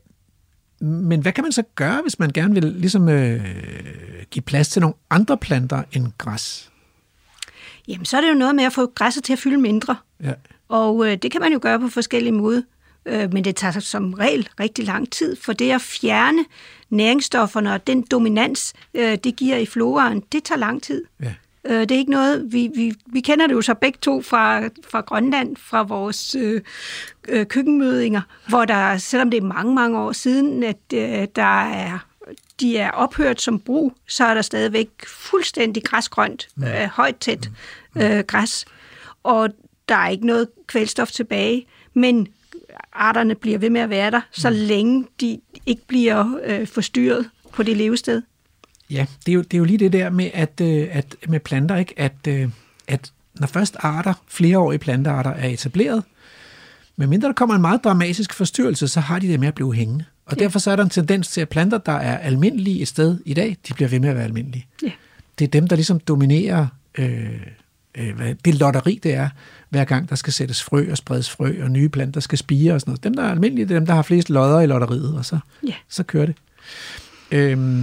men hvad kan man så gøre, hvis man gerne vil ligesom, øh, give plads til nogle andre planter end græs? Jamen, så er det jo noget med at få græsset til at fylde mindre. Ja. Og øh, det kan man jo gøre på forskellige måder. Øh, men det tager som regel rigtig lang tid, for det at fjerne næringsstofferne og den dominans, øh, det giver i floraen, det tager lang tid. Ja. Øh, det er ikke noget, vi, vi, vi kender det jo så begge to fra, fra Grønland, fra vores øh, øh, køkkenmødinger, hvor der, selvom det er mange, mange år siden, at øh, der er, de er ophørt som brug, så er der stadigvæk fuldstændig græsgrønt, øh, højt tæt øh, græs. Og der er ikke noget kvælstof tilbage, men arterne bliver ved med at være der, så længe de ikke bliver øh, forstyrret på det levested. Ja, det er jo, det er jo lige det der med, at, øh, at med planter, ikke? At, øh, at når først arter, flereårige plantearter er etableret, medmindre der kommer en meget dramatisk forstyrrelse, så har de det med at blive hængende. Og ja. Derfor så er der en tendens til, at planter, der er almindelige et sted i dag, de bliver ved med at være almindelige. Ja. Det er dem, der ligesom dominerer øh, øh, hvad, det lotteri, det er, hver gang der skal sættes frø og spredes frø, og nye planter skal spire og sådan noget. Dem, der er almindelige, det er dem, der har flest lodder i lotteriet, og så, ja. så kører det. Øhm,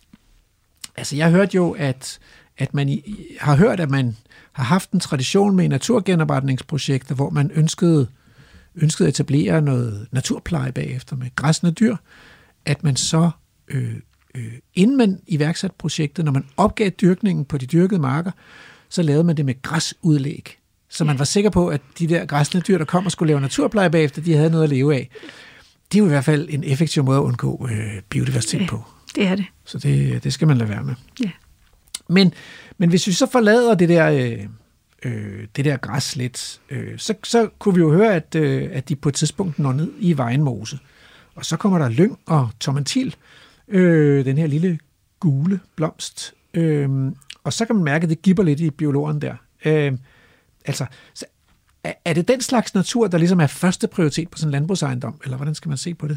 altså, jeg hørte jo, at, at man i, har hørt, at man har haft en tradition med naturgenopretningsprojekter, hvor man ønskede ønskede at etablere noget naturpleje bagefter med græssende dyr, at man så, øh, øh, inden man iværksatte projektet, når man opgav dyrkningen på de dyrkede marker, så lavede man det med græsudlæg. Så man var sikker på, at de der græssende dyr, der kom og skulle lave naturpleje bagefter, de havde noget at leve af. Det er jo i hvert fald en effektiv måde at undgå øh, biodiversitet ja, på. Det er det. Så det, det skal man lade være med. Ja. Men, men hvis vi så forlader det der... Øh, Øh, det der græs lidt, øh, så, så kunne vi jo høre, at, øh, at de på et tidspunkt når ned i Vejenmose. Og så kommer der lyng og tormentil, øh, den her lille gule blomst. Øh, og så kan man mærke, at det gipper lidt i biologen der. Øh, altså, så er, er det den slags natur, der ligesom er første prioritet på sådan en landbrugsejendom, eller hvordan skal man se på det?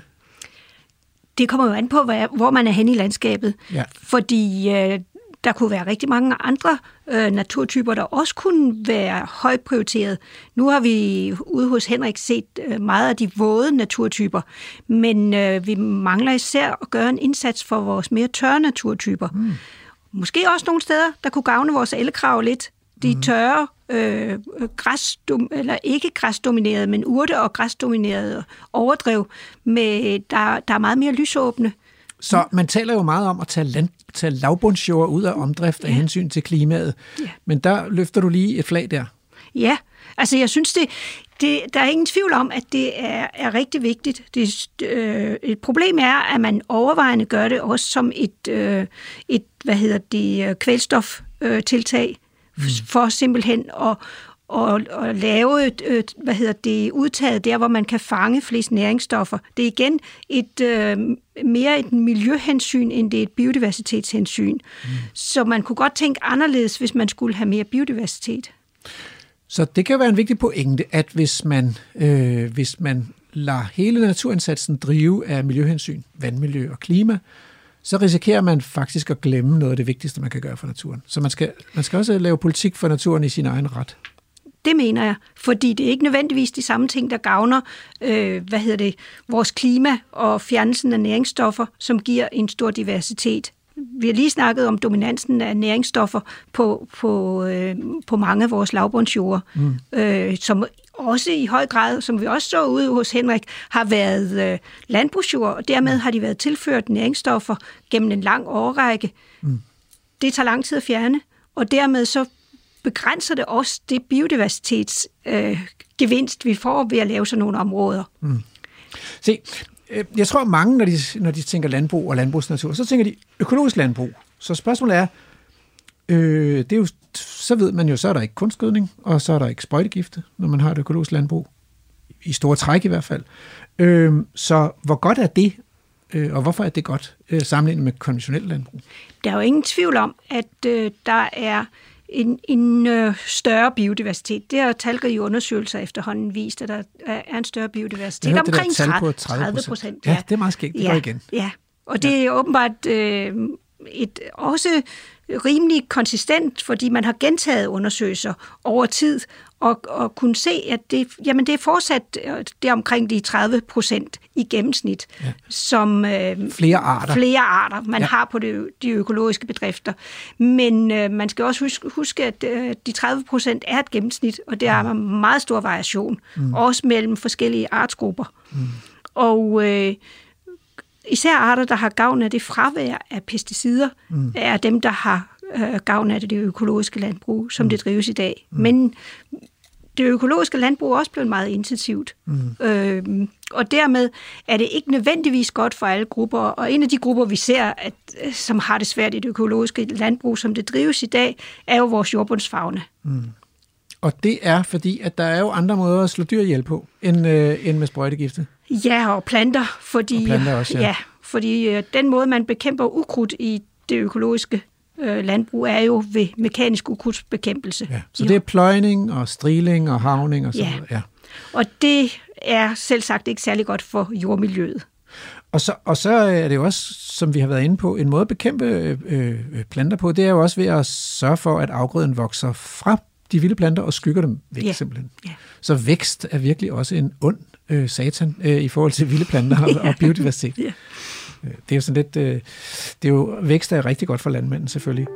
Det kommer jo an på, hvor man er henne i landskabet. Ja. Fordi... Øh, Der kunne være rigtig mange andre øh, naturtyper, der også kunne være højt prioriteret. Nu har vi ude hos Henrik set øh, meget af de våde naturtyper, men øh, vi mangler især at gøre en indsats for vores mere tørre naturtyper. Mm. Måske også nogle steder, der kunne gavne vores ellekrav lidt. De mm. tørre, øh, græs, eller ikke græsdominerede, men urte- og græsdominerede overdrev, med, der, der er meget mere lysåbne. Så man taler jo meget om at tage, land, tage lavbundsjord ud af omdrift af ja. hensyn til klimaet. Ja. Men der løfter du lige et flag der. Ja, altså jeg synes, det, det, der er ingen tvivl om, at det er, er rigtig vigtigt. Det, øh, et problem er, at man overvejende gør det også som et, øh, et hvad hedder det, kvælstoftiltag, øh, mm. for simpelthen at Og, og lave et, et, hvad hedder det, udtaget der, hvor man kan fange flest næringsstoffer. Det er igen et, øh, mere et miljøhensyn, end det er et biodiversitetshensyn. Mm. Så man kunne godt tænke anderledes, hvis man skulle have mere biodiversitet. Så det kan være en vigtig pointe, at hvis man, øh, hvis man lader hele naturindsatsen drive af miljøhensyn, vandmiljø og klima, så risikerer man faktisk at glemme noget af det vigtigste, man kan gøre for naturen. Så man skal, man skal også lave politik for naturen i sin egen ret. Det mener jeg, fordi det er ikke nødvendigvis de samme ting, der gavner øh, hvad hedder det, vores klima og fjernelsen af næringsstoffer, som giver en stor diversitet. Vi har lige snakket om dominansen af næringsstoffer på, på, øh, på mange af vores lavbundsjorder, mm. øh, som også i høj grad, som vi også så ude hos Henrik, har været øh, landbrugsjord, og dermed har de været tilført næringsstoffer gennem en lang årrække. Mm. Det tager lang tid at fjerne, og dermed så begrænser det også det biodiversitetsgevinst, øh, vi får ved at lave sådan nogle områder. Mm. Se, jeg tror mange, når de, når de tænker landbrug og landbrugsnatur, så tænker de økologisk landbrug. Så spørgsmålet er, øh, det er jo, så ved man jo, så er der ikke kunstgødning, og så er der ikke sprøjtegifte, når man har et økologisk landbrug. I store træk i hvert fald. Øh, så hvor godt er det, øh, og hvorfor er det godt øh, sammenlignet med konventionelt landbrug? Der er jo ingen tvivl om, at øh, der er en, en øh, større biodiversitet. Det har talrige undersøgelser efterhånden vist, at der er en større biodiversitet. Jeg omkring det der tredive procent. Ja, ja, det er meget skægt. Det ja, går igen. Ja, og det er åbenbart øh, et, også rimelig konsistent, fordi man har gentaget undersøgelser over tid, og, og kunne se, at det, jamen det er fortsat det er omkring de tredive procent i gennemsnit, ja. som øh, flere arter, flere arter man ja. har på det, de økologiske bedrifter. Men øh, man skal også huske, huske at øh, de tredive procent er et gennemsnit, og der er mm. meget stor variation, mm. også mellem forskellige artsgrupper. Mm. Og øh, især arter, der har gavn af det fravær af pesticider, mm. er dem, der har øh, gavn af det, det økologiske landbrug, som mm. det drives i dag. Mm. Men det økologiske landbrug er også blevet meget intensivt. Mm. Øhm, og dermed er det ikke nødvendigvis godt for alle grupper. Og en af de grupper, vi ser, at, som har det svært i det økologiske landbrug, som det drives i dag, er jo vores jordbundsfauna. Mm. Og det er fordi, at der er jo andre måder at slå dyr ihjel på, end, øh, end med sprøjtegifte. Ja, og planter, fordi, og planter også, ja. Ja, fordi øh, den måde, man bekæmper ukrudt i det økologiske øh, landbrug, er jo ved mekanisk ukrudtsbekæmpelse. Ja, så det er pløjning og striling og havning og sådan ja. noget. Ja. Og det er selv sagt ikke særlig godt for jordmiljøet. Og så, og så er det jo også, som vi har været inde på, en måde at bekæmpe øh, planter på, det er jo også ved at sørge for, at afgrøden vokser fra de vilde planter og skygger dem væk, ja. simpelthen. Ja. Så vækst er virkelig også en ond øh, satan øh, i forhold til vilde planter og, ja. og biodiversitet. Ja. Det er jo sådan lidt, øh, det er jo, vækst er rigtig godt for landmanden selvfølgelig.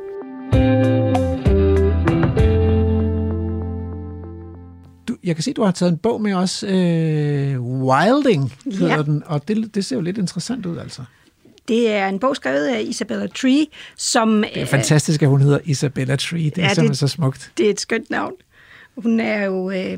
Du, jeg kan se, du har taget en bog med os, øh, Wilding hedder ja. den, og det, det ser jo lidt interessant ud altså. Det er en bog skrevet af Isabella Tree, som... Det er fantastisk, at hun hedder Isabella Tree. Det er ja, simpelthen det, så smukt. Det er et skønt navn. Hun er jo øh,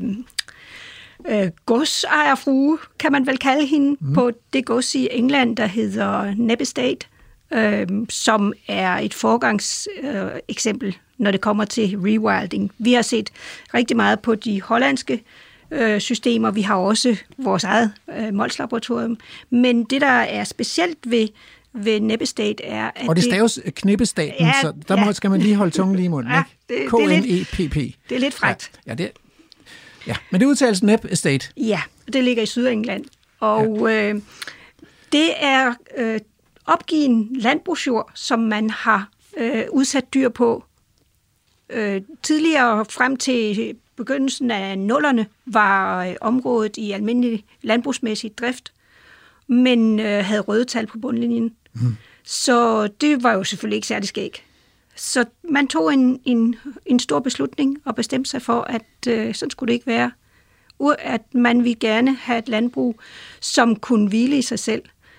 øh, godsejerfrue, kan man vel kalde hende, mm. på det gods i England, der hedder Neb Estate, øh, som er et forgangseksempel, øh, når det kommer til rewilding. Vi har set rigtig meget på de hollandske øh, systemer. Vi har også vores eget øh, Mols-laboratorium. Men det, der er specielt ved ved Neb Estate er... At og det staves knippestaten, ja, så der ja. må, skal man lige holde tungen lige i munden, ja, ikke? K N E P P. Det er lidt frækt. Ja, ja, det, ja, men det udtales Neb Estate. Ja, det ligger i Sydengland. Og ja. øh, det er øh, opgiven landbrugsjord, som man har øh, udsat dyr på. Øh, tidligere frem til begyndelsen af nullerne var øh, området i almindelig landbrugsmæssig drift, men øh, havde røde tal på bundlinjen. Mm. Så det var jo selvfølgelig ikke særlig skæg. Så man tog en, en, en stor beslutning og bestemte sig for, at øh, sådan skulle det ikke være. At man ville gerne have et landbrug, som kunne hvile i sig selv.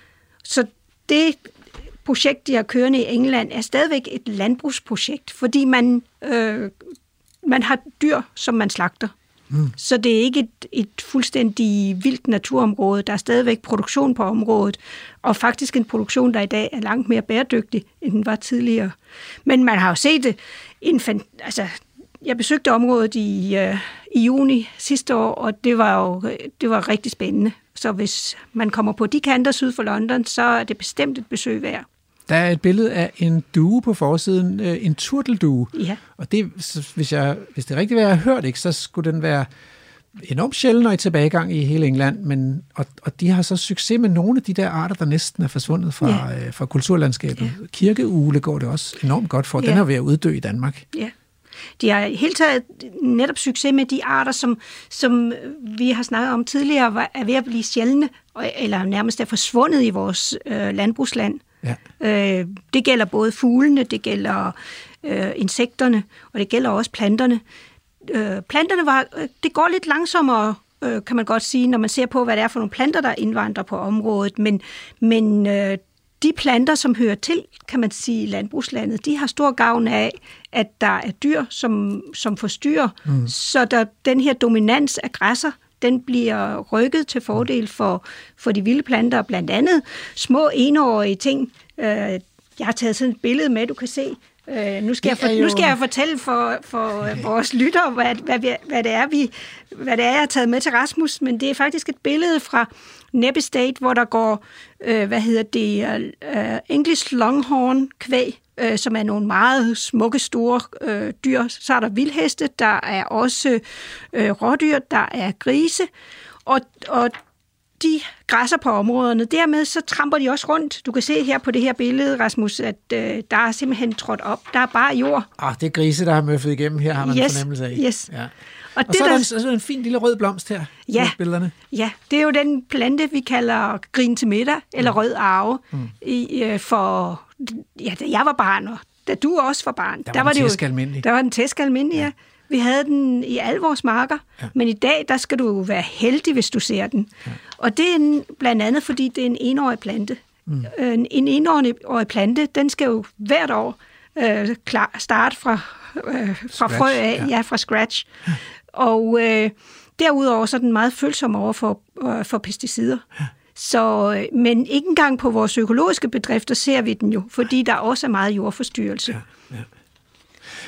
Så det projekt, de har kørende i England, er stadigvæk et landbrugsprojekt, fordi man, øh, man har dyr, som man slagter. Mm. Så det er ikke et, et fuldstændig vildt naturområde. Der er stadigvæk produktion på området, og faktisk en produktion, der i dag er langt mere bæredygtig, end den var tidligere. Men man har jo set det. En, altså, jeg besøgte området i, øh, i juni sidste år, og det var jo det var rigtig spændende. Så hvis man kommer på de kanter syd for London, så er det bestemt et besøg værd. Der er et billede af en due på forsiden, en turteldue. Ja. Og det, hvis, jeg, hvis det er rigtigt, hvad jeg har hørt, ikke, så skulle den være enormt sjælden og i tilbagegang i hele England, men, og, og de har så succes med nogle af de der arter, der næsten er forsvundet fra, ja. øh, fra kulturlandskabet. Ja. Kirkeugle går det også enormt godt for. Ja. Den er ved at uddø i Danmark. Ja. De har helt taget netop succes med de arter, som, som vi har snakket om tidligere, er ved at blive sjældne, eller nærmest er forsvundet i vores øh, landbrugsland. Ja. Øh, det gælder både fuglene, det gælder øh, insekterne, og det gælder også planterne. Øh, planterne var, det går lidt langsommere, øh, kan man godt sige, når man ser på, hvad det er for nogle planter, der indvandrer på området, men, men øh, de planter, som hører til, kan man sige, i landbrugslandet, de har stor gavn af, at der er dyr, som, som forstyrrer, mm. så der, den her dominans af græsser, den bliver rykket til fordel for, for de vilde planter, blandt andet små enårige ting. Jeg har taget sådan et billede med, du kan se. Nu skal, jeg, for, nu skal jeg fortælle for, for okay. vores lyttere, hvad, hvad, hvad, det er, vi, hvad det er, jeg har taget med til Rasmus, men det er faktisk et billede fra Neb Estate, hvor der går, øh, hvad hedder det, uh, English Longhorn kvæg, øh, som er nogle meget smukke, store øh, dyr. Så er der vildheste, der er også øh, rådyr, der er grise, og, og de græsser på områderne. Dermed så tramper de også rundt. Du kan se her på det her billede, Rasmus, at øh, der er simpelthen trådt op. Der er bare jord. Ah, det er grise, der har møffet igennem. Her har man yes, en fornemmelse af. Yes. Ja. Og, og det så er der, der en, så en fin lille rød blomst her ja, på billederne. Ja, det er jo den plante, vi kalder grin til middag, eller mm. rød arve. Mm. I, øh, for, ja, da jeg var barn, og da du også var barn. Der var, der var den tæsk almindelig. Der var den tæsk almindelig, ja. ja. Vi havde den i alle vores marker, ja. Men i dag, der skal du være heldig, hvis du ser den. Ja. Og det er en, blandt andet, fordi det er en enårig plante. Mm. En, en enårig plante, den skal jo hvert år øh, klar, starte fra, øh, fra frø af, ja. ja, fra scratch. Ja. Og øh, derudover så er den meget følsom over for, øh, for pesticider. Ja. Så, men ikke engang på vores økologiske bedrifter ser vi den jo, fordi der også er meget jordforstyrrelse. Ja. Ja.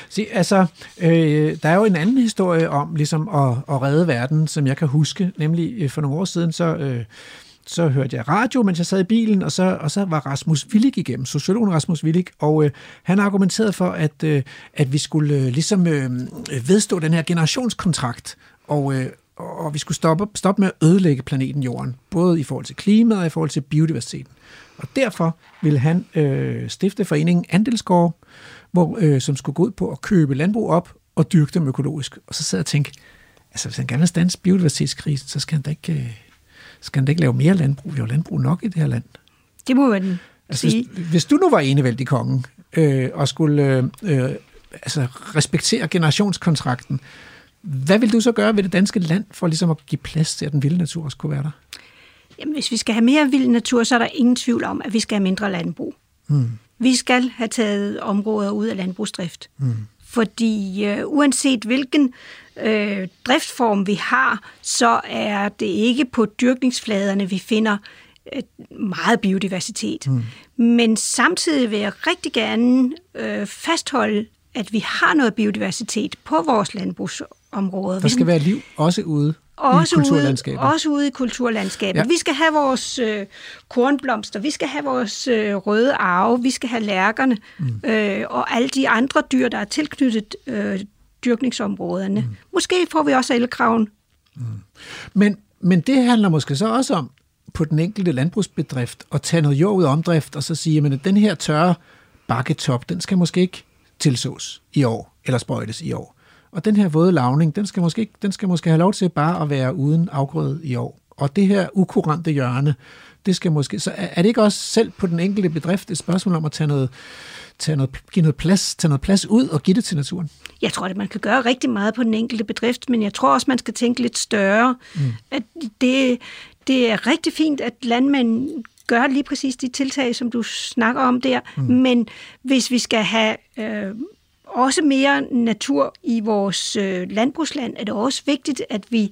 Se, altså, øh, der er jo en anden historie om ligesom at, at redde verden, som jeg kan huske, nemlig øh, for nogle år siden, så... Øh, så hørte jeg radio, mens jeg sad i bilen, og så, og så var Rasmus Willig igennem, sociologen Rasmus Willig, og øh, han argumenterede for, at, øh, at vi skulle øh, ligesom øh, vedstå den her generationskontrakt, og, øh, og vi skulle stoppe, stoppe med at ødelægge planeten Jorden, både i forhold til klimaet og i forhold til biodiversiteten. Og derfor ville han øh, stifte foreningen Andelsgård, hvor, øh, som skulle gå ud på at købe landbrug op og dyrke dem økologisk. Og så sad jeg og tænkte, altså hvis han gerne vil standse biodiversitetskrisen, så skal han da ikke... Øh, skal han da ikke lave mere landbrug? Vi har landbrug nok i det her land. Det må man altså, sige. Hvis, hvis du nu var enevældig kongen, øh, og skulle øh, øh, altså, respektere generationskontrakten, hvad vil du så gøre ved det danske land, for ligesom at give plads til, at den vilde natur også kunne være der? Jamen, hvis vi skal have mere vild natur, så er der ingen tvivl om, at vi skal have mindre landbrug. Hmm. Vi skal have taget områder ud af landbrugsdrift. Hmm. Fordi øh, uanset hvilken øh, driftform vi har, så er det ikke på dyrkningsfladerne, vi finder øh, meget biodiversitet. Mm. Men samtidig vil jeg rigtig gerne øh, fastholde, at vi har noget biodiversitet på vores landbrugsområder. Der skal være liv også ude også i kulturlandskabet. Ude, også ude i kulturlandskabet. Ja. Vi skal have vores øh, kornblomster, vi skal have vores øh, røde arve, vi skal have lærkerne, mm. øh, og alle de andre dyr, der er tilknyttet øh, dyrkningsområderne. Mm. Måske får vi også elkraven. Mm. Men, men det handler måske så også om, på den enkelte landbrugsbedrift, at tage noget jord ud af omdrift, og så sige, at den her tørre bakketop, den skal måske ikke tilsås i år, eller sprøjtes i år. Og den her våde lavning, den skal, måske, den skal måske have lov til bare at være uden afgrøde i år. Og det her ukurante hjørne, det skal måske... Så er det ikke også selv på den enkelte bedrift et spørgsmål om at tage noget, tage noget, give noget plads, tage noget plads ud og give det til naturen? Jeg tror, at man kan gøre rigtig meget på den enkelte bedrift, men jeg tror også, man skal tænke lidt større. Mm. At det, det er rigtig fint, at landmænd gør lige præcis de tiltag, som du snakker om der, mm. men hvis vi skal have... Øh, også mere natur i vores øh, landbrugsland, er det også vigtigt, at vi,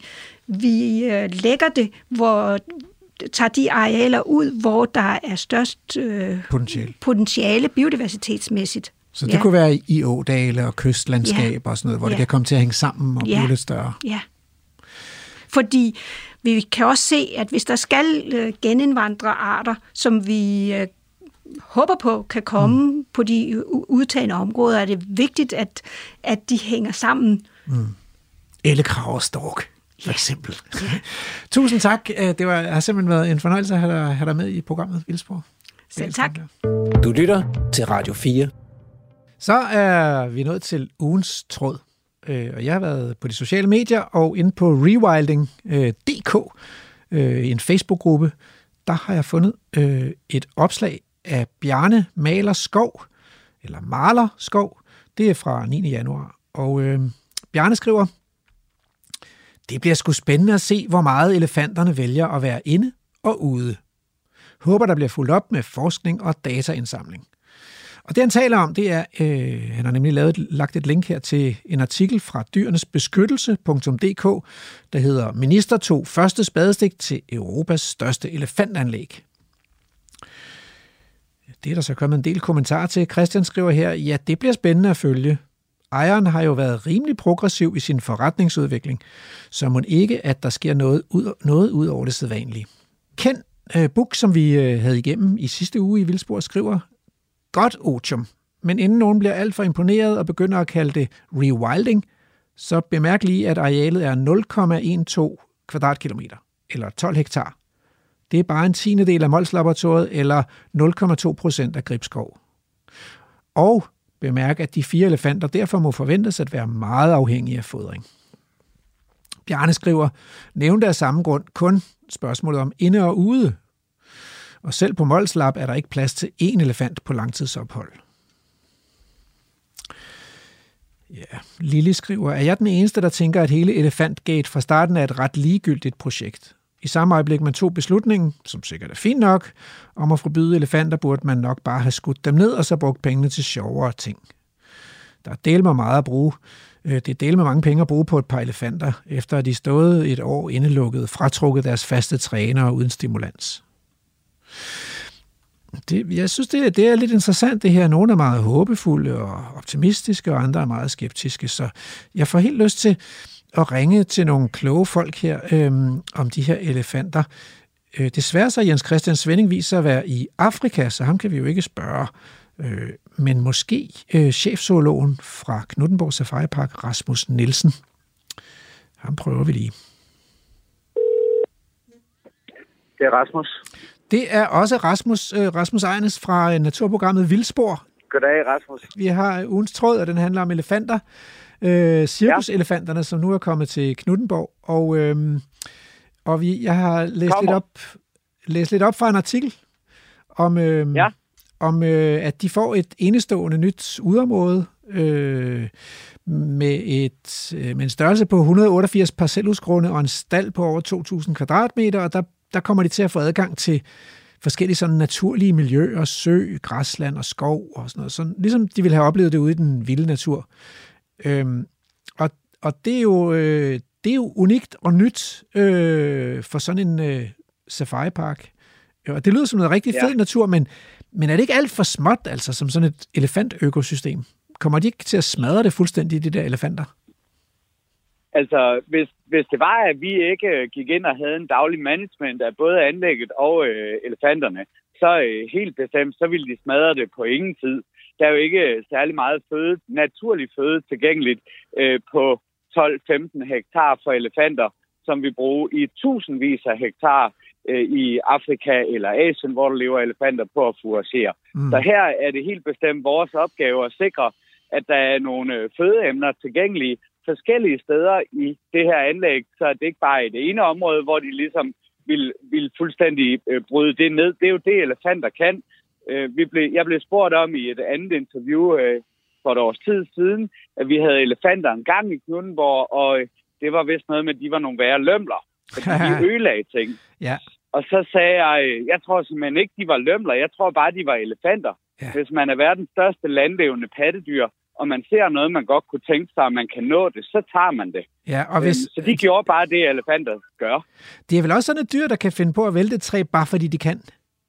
vi øh, lægger det, hvor tager de arealer ud, hvor der er størst øh, potentiale. potentiale biodiversitetsmæssigt. Så det ja. kunne være i ådale og kystlandskab ja. og sådan noget, hvor ja. det kan komme til at hænge sammen og ja. blive lidt større. Ja, fordi vi kan også se, at hvis der skal øh, genindvandre arter, som vi øh, håber på kan komme mm. på de udtagende områder, er det vigtigt, at, at de hænger sammen. Mm. Ellekrav og stork, for yeah. eksempel. Yeah. Tusind tak. Det var, har simpelthen været en fornøjelse at have dig, have dig med i programmet Vildspor. Selv tak. Du lytter til Radio fire. Så er vi nået til ugens tråd. Og jeg har været på de sociale medier og inde på rewilding punktum d k, en Facebook-gruppe. Der har jeg fundet et opslag af Bjarne Maler Skov, eller Maler Skov. Det er fra niende januar. Og øh, Bjarne skriver, det bliver sgu spændende at se, hvor meget elefanterne vælger at være inde og ude. Håber, der bliver fulgt op med forskning og dataindsamling. Og det, han taler om, det er, øh, han har nemlig lavet, lagt et link her til en artikel fra dyrenes beskyttelse punktum d k, der hedder Minister tog første spadestik til Europas største elefantanlæg. Det er der så kommet en del kommentarer til. Christian skriver her, ja, det bliver spændende at følge. Ejeren har jo været rimelig progressiv i sin forretningsudvikling, så må ikke, at der sker noget ud, noget ud over det sædvanlige. Ken uh, Buk, som vi uh, havde igennem i sidste uge i Vildspor, skriver, godt otium, men inden nogen bliver alt for imponeret og begynder at kalde det rewilding, så bemærk lige, at arealet er nul komma to kvadratkilometer, eller tolv hektar. Det er bare en tiende del af Mols-laboratoriet, eller nul komma to procent af Gribskov. Og bemærk, at de fire elefanter derfor må forventes at være meget afhængige af fodring. Bjarne skriver, nævnte af samme grund kun spørgsmålet om inde og ude. Og selv på Mols-lab er der ikke plads til én elefant på langtidsophold. Ja, Lille skriver, er jeg den eneste, der tænker, at hele Elefantgate fra starten er et ret ligegyldigt projekt? I samme øjeblik, man tog beslutningen, som sikkert er fint nok, om at forbyde elefanter, burde man nok bare have skudt dem ned og så brugt pengene til sjovere ting. Der er del med meget at bruge. Det er del med mange penge at bruge på et par elefanter, efter at de stået et år indelukket, fratrukket deres faste trænere uden stimulans. Det, jeg synes, det er, det er lidt interessant, det her. Nogle er meget håbefulde og optimistiske, og andre er meget skeptiske. Så jeg får helt lyst til at ringe til nogle kloge folk her øhm, om de her elefanter. Øh, desværre så Jens Christian Svenning viser at være i Afrika, så ham kan vi jo ikke spørge. Øh, men måske øh, chefzoologen fra Knuthenborg Safari Park, Rasmus Nielsen. Ham prøver vi lige. Det er Rasmus. Det er også Rasmus, øh, Rasmus Ejnes fra øh, naturprogrammet Vildspor. Goddag, Rasmus. Vi har ugens tråd, og den handler om elefanter. Øh, cirkuselefanterne, ja. Som nu er kommet til Knuthenborg. Og, øh, og vi, jeg har læst lidt, op, læst lidt op fra en artikel om, øh, ja. om øh, at de får et enestående nyt udområde øh, med, et, øh, med en størrelse på et hundrede og otteogfirs parcelhusgrunde og en stald på over to tusind kvadratmeter, og der der kommer de til at få adgang til forskellige sådan naturlige miljøer, sø, græsland og skov og sådan noget. Sådan, ligesom de ville have oplevet det ude i den vilde natur. Øhm, og, og det er jo øh, det er jo unikt og nyt øh, for sådan en øh, safaripark. Og det lyder som noget rigtig ja. fed natur, men, men er det ikke alt for småt, altså som sådan et elefantøkosystem? Kommer de ikke til at smadre det fuldstændig, de der elefanter? Altså, hvis, hvis det var, at vi ikke gik ind og havde en daglig management af både anlægget og øh, elefanterne, så øh, helt bestemt, så ville de smadre det på ingen tid. Der er jo ikke særlig meget føde, naturlig føde tilgængeligt øh, på tolv til femten hektar for elefanter, som vi bruger i tusindvis af hektar øh, i Afrika eller Asien, hvor der lever elefanter på at foragere. Mm. Så her er det helt bestemt vores opgave at sikre, at der er nogle fødeemner tilgængelige forskellige steder i det her anlæg, så det ikke bare er det ene område, hvor de ligesom vil, vil fuldstændig øh, bryde det ned. Det er jo det, elefanter kan. Øh, vi blev, jeg blev spurgt om i et andet interview øh, for et års tid siden, at vi havde elefanter en gang i Knuthenborg, og øh, det var vist noget med, at de var nogle værre lømler, fordi de ødelagde ting. Ja. Og så sagde jeg, øh, jeg tror simpelthen ikke, de var lømler, jeg tror bare, de var elefanter. Ja. Hvis man er verdens største landlevende pattedyr, og man ser noget, man godt kunne tænke sig, at man kan nå det, så tager man det. Ja, og hvis... Så de gjorde bare det, elefanter gør. Det er vel også sådan et dyr, der kan finde på at vælte et træ, bare fordi de kan?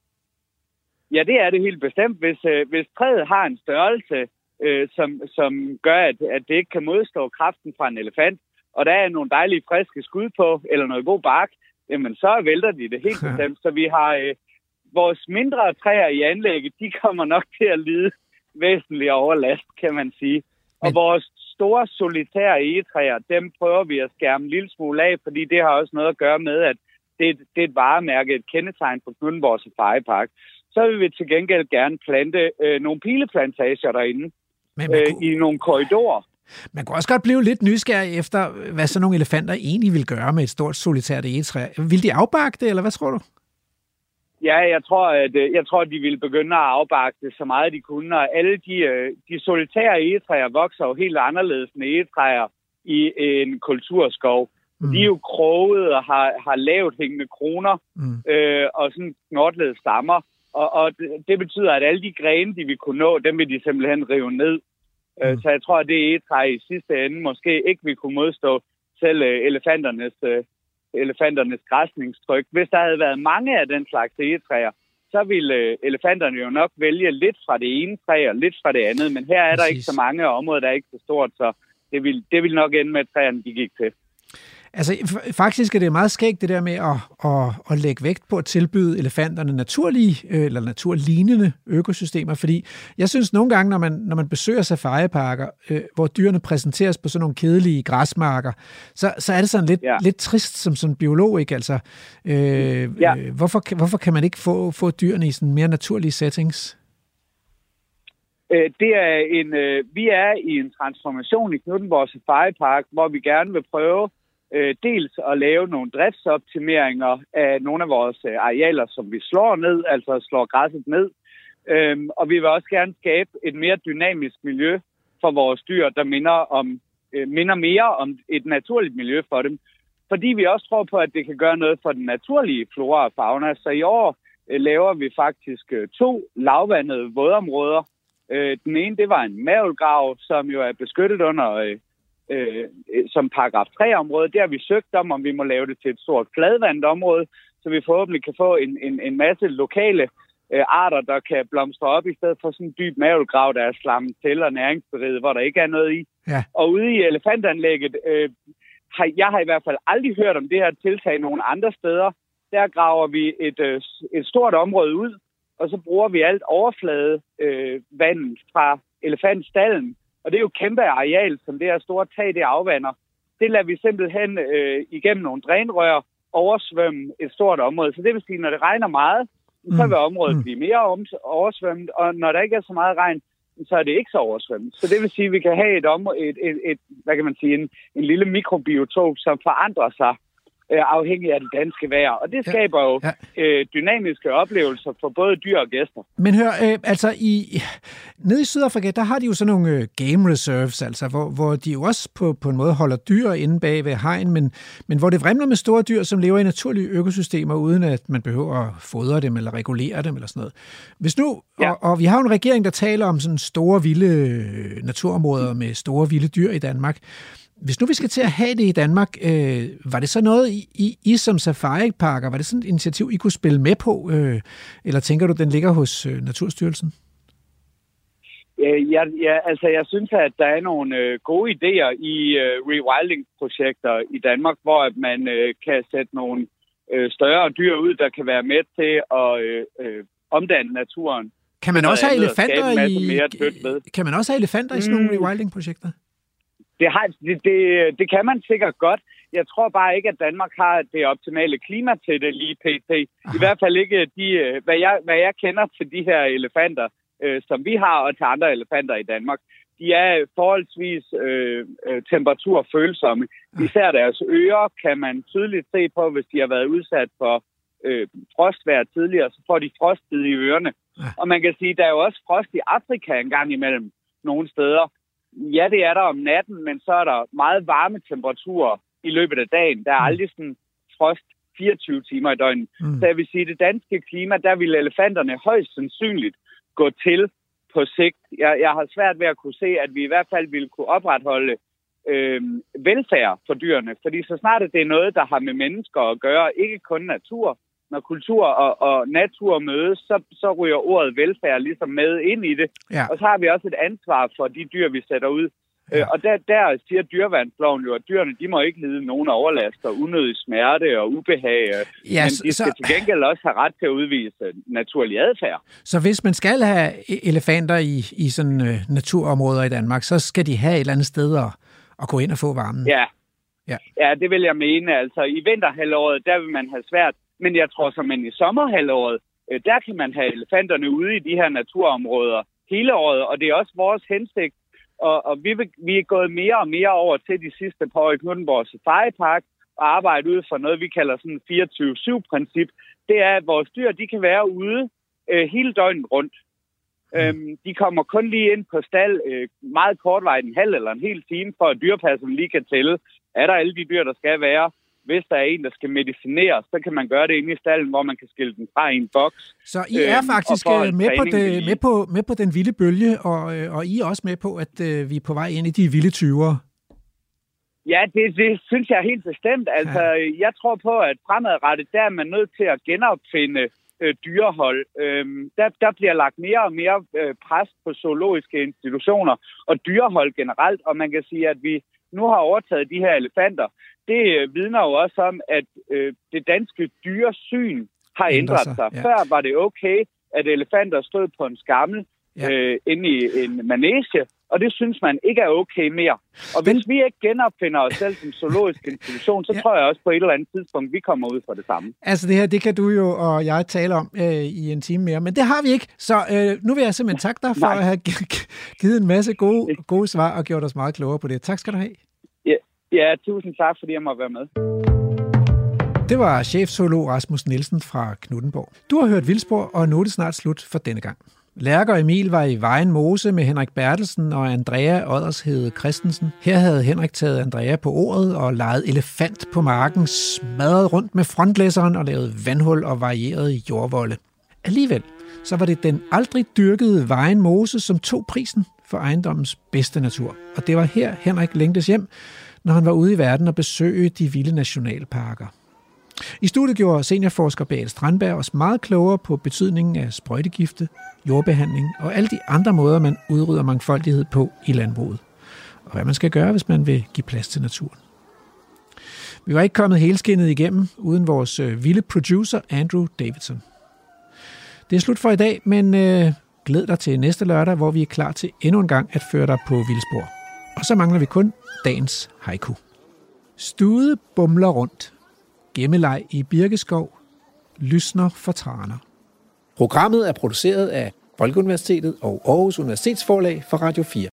Ja, det er det helt bestemt. Hvis, øh, hvis træet har en størrelse, øh, som, som gør, at, at det ikke kan modstå kraften fra en elefant, og der er nogle dejlige friske skud på, eller noget god bark, jamen så vælter de det helt bestemt. Så vi har øh, vores mindre træer i anlægget, de kommer nok til at lide væsentlig overlast, kan man sige. Og Men... vores store solitære egetræer, dem prøver vi at skærme en lille smule af, fordi det har også noget at gøre med, at det er, det er et varemærke, et kendetegn på Knuthenborg Safari Park. Så vil vi til gengæld gerne plante øh, nogle pileplantager derinde, Men øh, kunne... i nogle korridorer. Man kunne også godt blive lidt nysgerrig efter, hvad sådan nogle elefanter egentlig vil gøre med et stort solitært egetræ. Vil de afbarke det, eller hvad tror du? Ja, jeg tror, at jeg tror, at de ville begynde at afbarke det så meget, de kunne. Og alle de, de solitære egetræer vokser jo helt anderledes end egetræer i en kulturskov. Mm. De er jo kroget og har, har lavt hængende kroner mm. øh, og sådan knortlede stammer. Og, og det, det betyder, at alle de grene, de vil kunne nå, dem vil de simpelthen rive ned. Mm. Så jeg tror, at det egetræ i sidste ende måske ikke vil kunne modstå selv elefanternes... elefanternes græsningstryk. Hvis der havde været mange af den slags egetræer, så ville elefanterne jo nok vælge lidt fra det ene træ og lidt fra det andet, men her er Præcis. Der ikke så mange områder, der er ikke så stort, så det ville, det ville nok ende med, at træerne de gik til. Altså faktisk er det meget skægt det der med at, at, at lægge vægt på at tilbyde elefanterne naturlige eller naturlignende økosystemer, fordi jeg synes nogle gange, når man, når man besøger safariparker, øh, hvor dyrene præsenteres på sådan nogle kedelige græsmarker, så, så er det sådan lidt, ja. lidt trist som sådan biolog, ikke? Altså, øh, ja. øh, hvorfor, hvorfor kan man ikke få, få dyrene i sådan mere naturlige settings? Det er en, øh, vi er i en transformation i Knuthenborg Safari Park, hvor vi gerne vil prøve Øh, dels at lave nogle driftsoptimeringer af nogle af vores øh, arealer, som vi slår ned, altså slår græsset ned. Øhm, og vi vil også gerne skabe et mere dynamisk miljø for vores dyr, der minder, om, øh, minder mere om et naturligt miljø for dem. Fordi vi også tror på, at det kan gøre noget for den naturlige flora og fauna. Så i år øh, laver vi faktisk øh, to lavvandede vådområder. Øh, den ene, det var en mavlgrav, som jo er beskyttet under... Øh, Øh, som paragraf tre-område, der har vi søgt om, om vi må lave det til et stort fladvandet område, så vi forhåbentlig kan få en, en, en masse lokale øh, arter, der kan blomstre op, i stedet for sådan en dyb mavelgrav, der er slammet til og næringsberiget, hvor der ikke er noget i. Ja. Og ude i elefantanlægget, øh, har, jeg har i hvert fald aldrig hørt om det her tiltag nogle andre steder. Der graver vi et, øh, et stort område ud, og så bruger vi alt overflade øh, vand fra elefantstallen. Og det er jo kæmpe areal, som det her store tag, det afvander. Det lader vi simpelthen øh, igennem nogle drænrør oversvømme et stort område. Så det vil sige, når det regner meget, så vil området blive mere oversvømmet, og når der ikke er så meget regn, så er det ikke så oversvømmet. Så det vil sige, at vi kan have et, område, et, et, et hvad kan man sige, en, en lille mikrobiotop, som forandrer sig øh, afhængig af det danske vejr. Og det skaber jo ja. Ja. Øh, dynamiske oplevelser for både dyr og gæster. Men hør, øh, altså i, nede i Sydafrika, der har de jo sådan nogle øh, game reserves, altså, hvor, hvor de jo også på, på en måde holder dyr inde bag ved hegn, men, men hvor det vrimler med store dyr, som lever i naturlige økosystemer, uden at man behøver at fodre dem eller regulere dem eller sådan noget. Hvis nu, ja. og, og vi har jo en regering, der taler om sådan store, vilde naturområder med store, vilde dyr i Danmark. Hvis nu vi skal til at have det i Danmark, øh, var det så noget, I, I, I som safari-parker, var det sådan et initiativ, I kunne spille med på? Øh, eller tænker du, den ligger hos øh, Naturstyrelsen? Ja, ja, altså jeg synes, at der er nogle øh, gode idéer i øh, rewilding-projekter i Danmark, hvor man øh, kan sætte nogle øh, større dyr ud, der kan være med til at øh, øh, omdanne naturen. Kan man også have elefanter i mere Kan man også have elefanter i sådan nogle mm. rewilding-projekter? Det, har, det, det, det kan man sikkert godt. Jeg tror bare ikke, at Danmark har det optimale klima til det lige pt. I hvert fald ikke de, hvad jeg, hvad jeg kender til de her elefanter, øh, som vi har, og til andre elefanter i Danmark. De er forholdsvis øh, temperaturfølsomme. Især deres ører kan man tydeligt se på, hvis de har været udsat for øh, frostvejr tidligere, så får de frostbid i ørerne. Og man kan sige, at der er jo også frost i Afrika en gang imellem nogle steder. Ja, det er der om natten, men så er der meget varme temperaturer i løbet af dagen. Der er aldrig sådan frost fireogtyve timer i døgnet. Mm. Så jeg vil sige, at det danske klima, der vil elefanterne højst sandsynligt gå til på sigt. Jeg, jeg har svært ved at kunne se, at vi i hvert fald ville kunne opretholde øh, velfærd for dyrene. Fordi så snart det er noget, der har med mennesker at gøre, ikke kun natur. Når kultur og, og natur mødes, så, så ryger ordet velfærd ligesom med ind i det. Ja. Og så har vi også et ansvar for de dyr, vi sætter ud. Ja. Øh, og der, der siger dyreværnsloven jo, at dyrene de må ikke lide nogen overlast og unødig smerte og ubehag. Ja, men de skal så, til gengæld også have ret til at udvise naturlig adfærd. Så hvis man skal have elefanter i, i sådan uh, naturområder i Danmark, så skal de have et eller andet sted at, at gå ind og få varmen? Ja. Ja. Ja, det vil jeg mene. Altså i vinterhalvåret, der vil man have svært. Men jeg tror, som man i sommerhalvåret, der kan man have elefanterne ude i de her naturområder hele året, og det er også vores hensigt. Og, og vi, vil, vi er gået mere og mere over til de sidste par år i Knuthenborg Safari Park og arbejde ud for noget, vi kalder sådan fireogtyve syv-princip. Det er, at vores dyr de kan være ude øh, hele døgnet rundt. Mm. Øhm, de kommer kun lige ind på stald øh, meget kortvejt, en halv eller en hel time, for at dyrpasseren lige kan tælle. Er der alle de dyr, der skal være? Hvis der er en, der skal medicineres, så kan man gøre det inde i stallen, hvor man kan skille den fra i en boks. Så I er faktisk øhm, med, på det, med, på, med på den vilde bølge, og, og I er også med på, at øh, vi er på vej ind i de vilde tyvere? Ja, det, det synes jeg helt bestemt. Altså, ja. Jeg tror på, at fremadrettet, der er man nødt til at genopfinde øh, dyrehold. Øhm, der, der bliver lagt mere og mere øh, pres på zoologiske institutioner og dyrehold generelt, og man kan sige, at vi nu har overtaget de her elefanter. Det vidner jo også om, at øh, det danske dyresyn har ændret sig. sig. Ja. Før var det okay, at elefanter stod på en skammel ja. øh, inde i en manege, og det synes man ikke er okay mere. Og hvis Den... vi ikke genopfinder os selv som zoologisk institution, så ja. tror jeg også på et eller andet tidspunkt, vi kommer ud for det samme. Altså det her, det kan du jo og jeg tale om øh, i en time mere, men det har vi ikke. Så øh, nu vil jeg simpelthen takke dig for Nej. at have givet en masse gode, gode svar og gjort os meget klogere på det. Tak skal du have. Ja, tusind tak, fordi jeg må være med. Det var chefzoolog Rasmus Nielsen fra Knuthenborg. Du har hørt Vildspor, og nu er det snart slut for denne gang. Lærke og Emil var i Vejen Mose med Henrik Bertelsen og Andrea Oddershede Christensen. Her havde Henrik taget Andrea på ordet og leget elefant på marken, smadret rundt med frontlæsseren og lavet vandhul og varieret jordvolde. Alligevel så var det den aldrig dyrkede Vejen Mose, som tog prisen for ejendommens bedste natur. Og det var her Henrik længtes hjem, når han var ude i verden og besøge de vilde nationalparker. I studiet gjorde seniorforsker Beate Strandberg os meget klogere på betydningen af sprøjtegifte, jordbehandling og alle de andre måder, man udrydder mangfoldighed på i landbruget. Og hvad man skal gøre, hvis man vil give plads til naturen. Vi var ikke kommet helskindet igennem uden vores øh, vilde producer Andrew Davidson. Det er slut for i dag, men øh, glæd dig til næste lørdag, hvor vi er klar til endnu en gang at føre dig på vildspor. Og så mangler vi kun dagens haiku. Stude bumler rundt. Gemmeleg i birkeskov. Lysner for traner. Programmet er produceret af Folkeuniversitetet og Aarhus Universitetsforlag for Radio fire.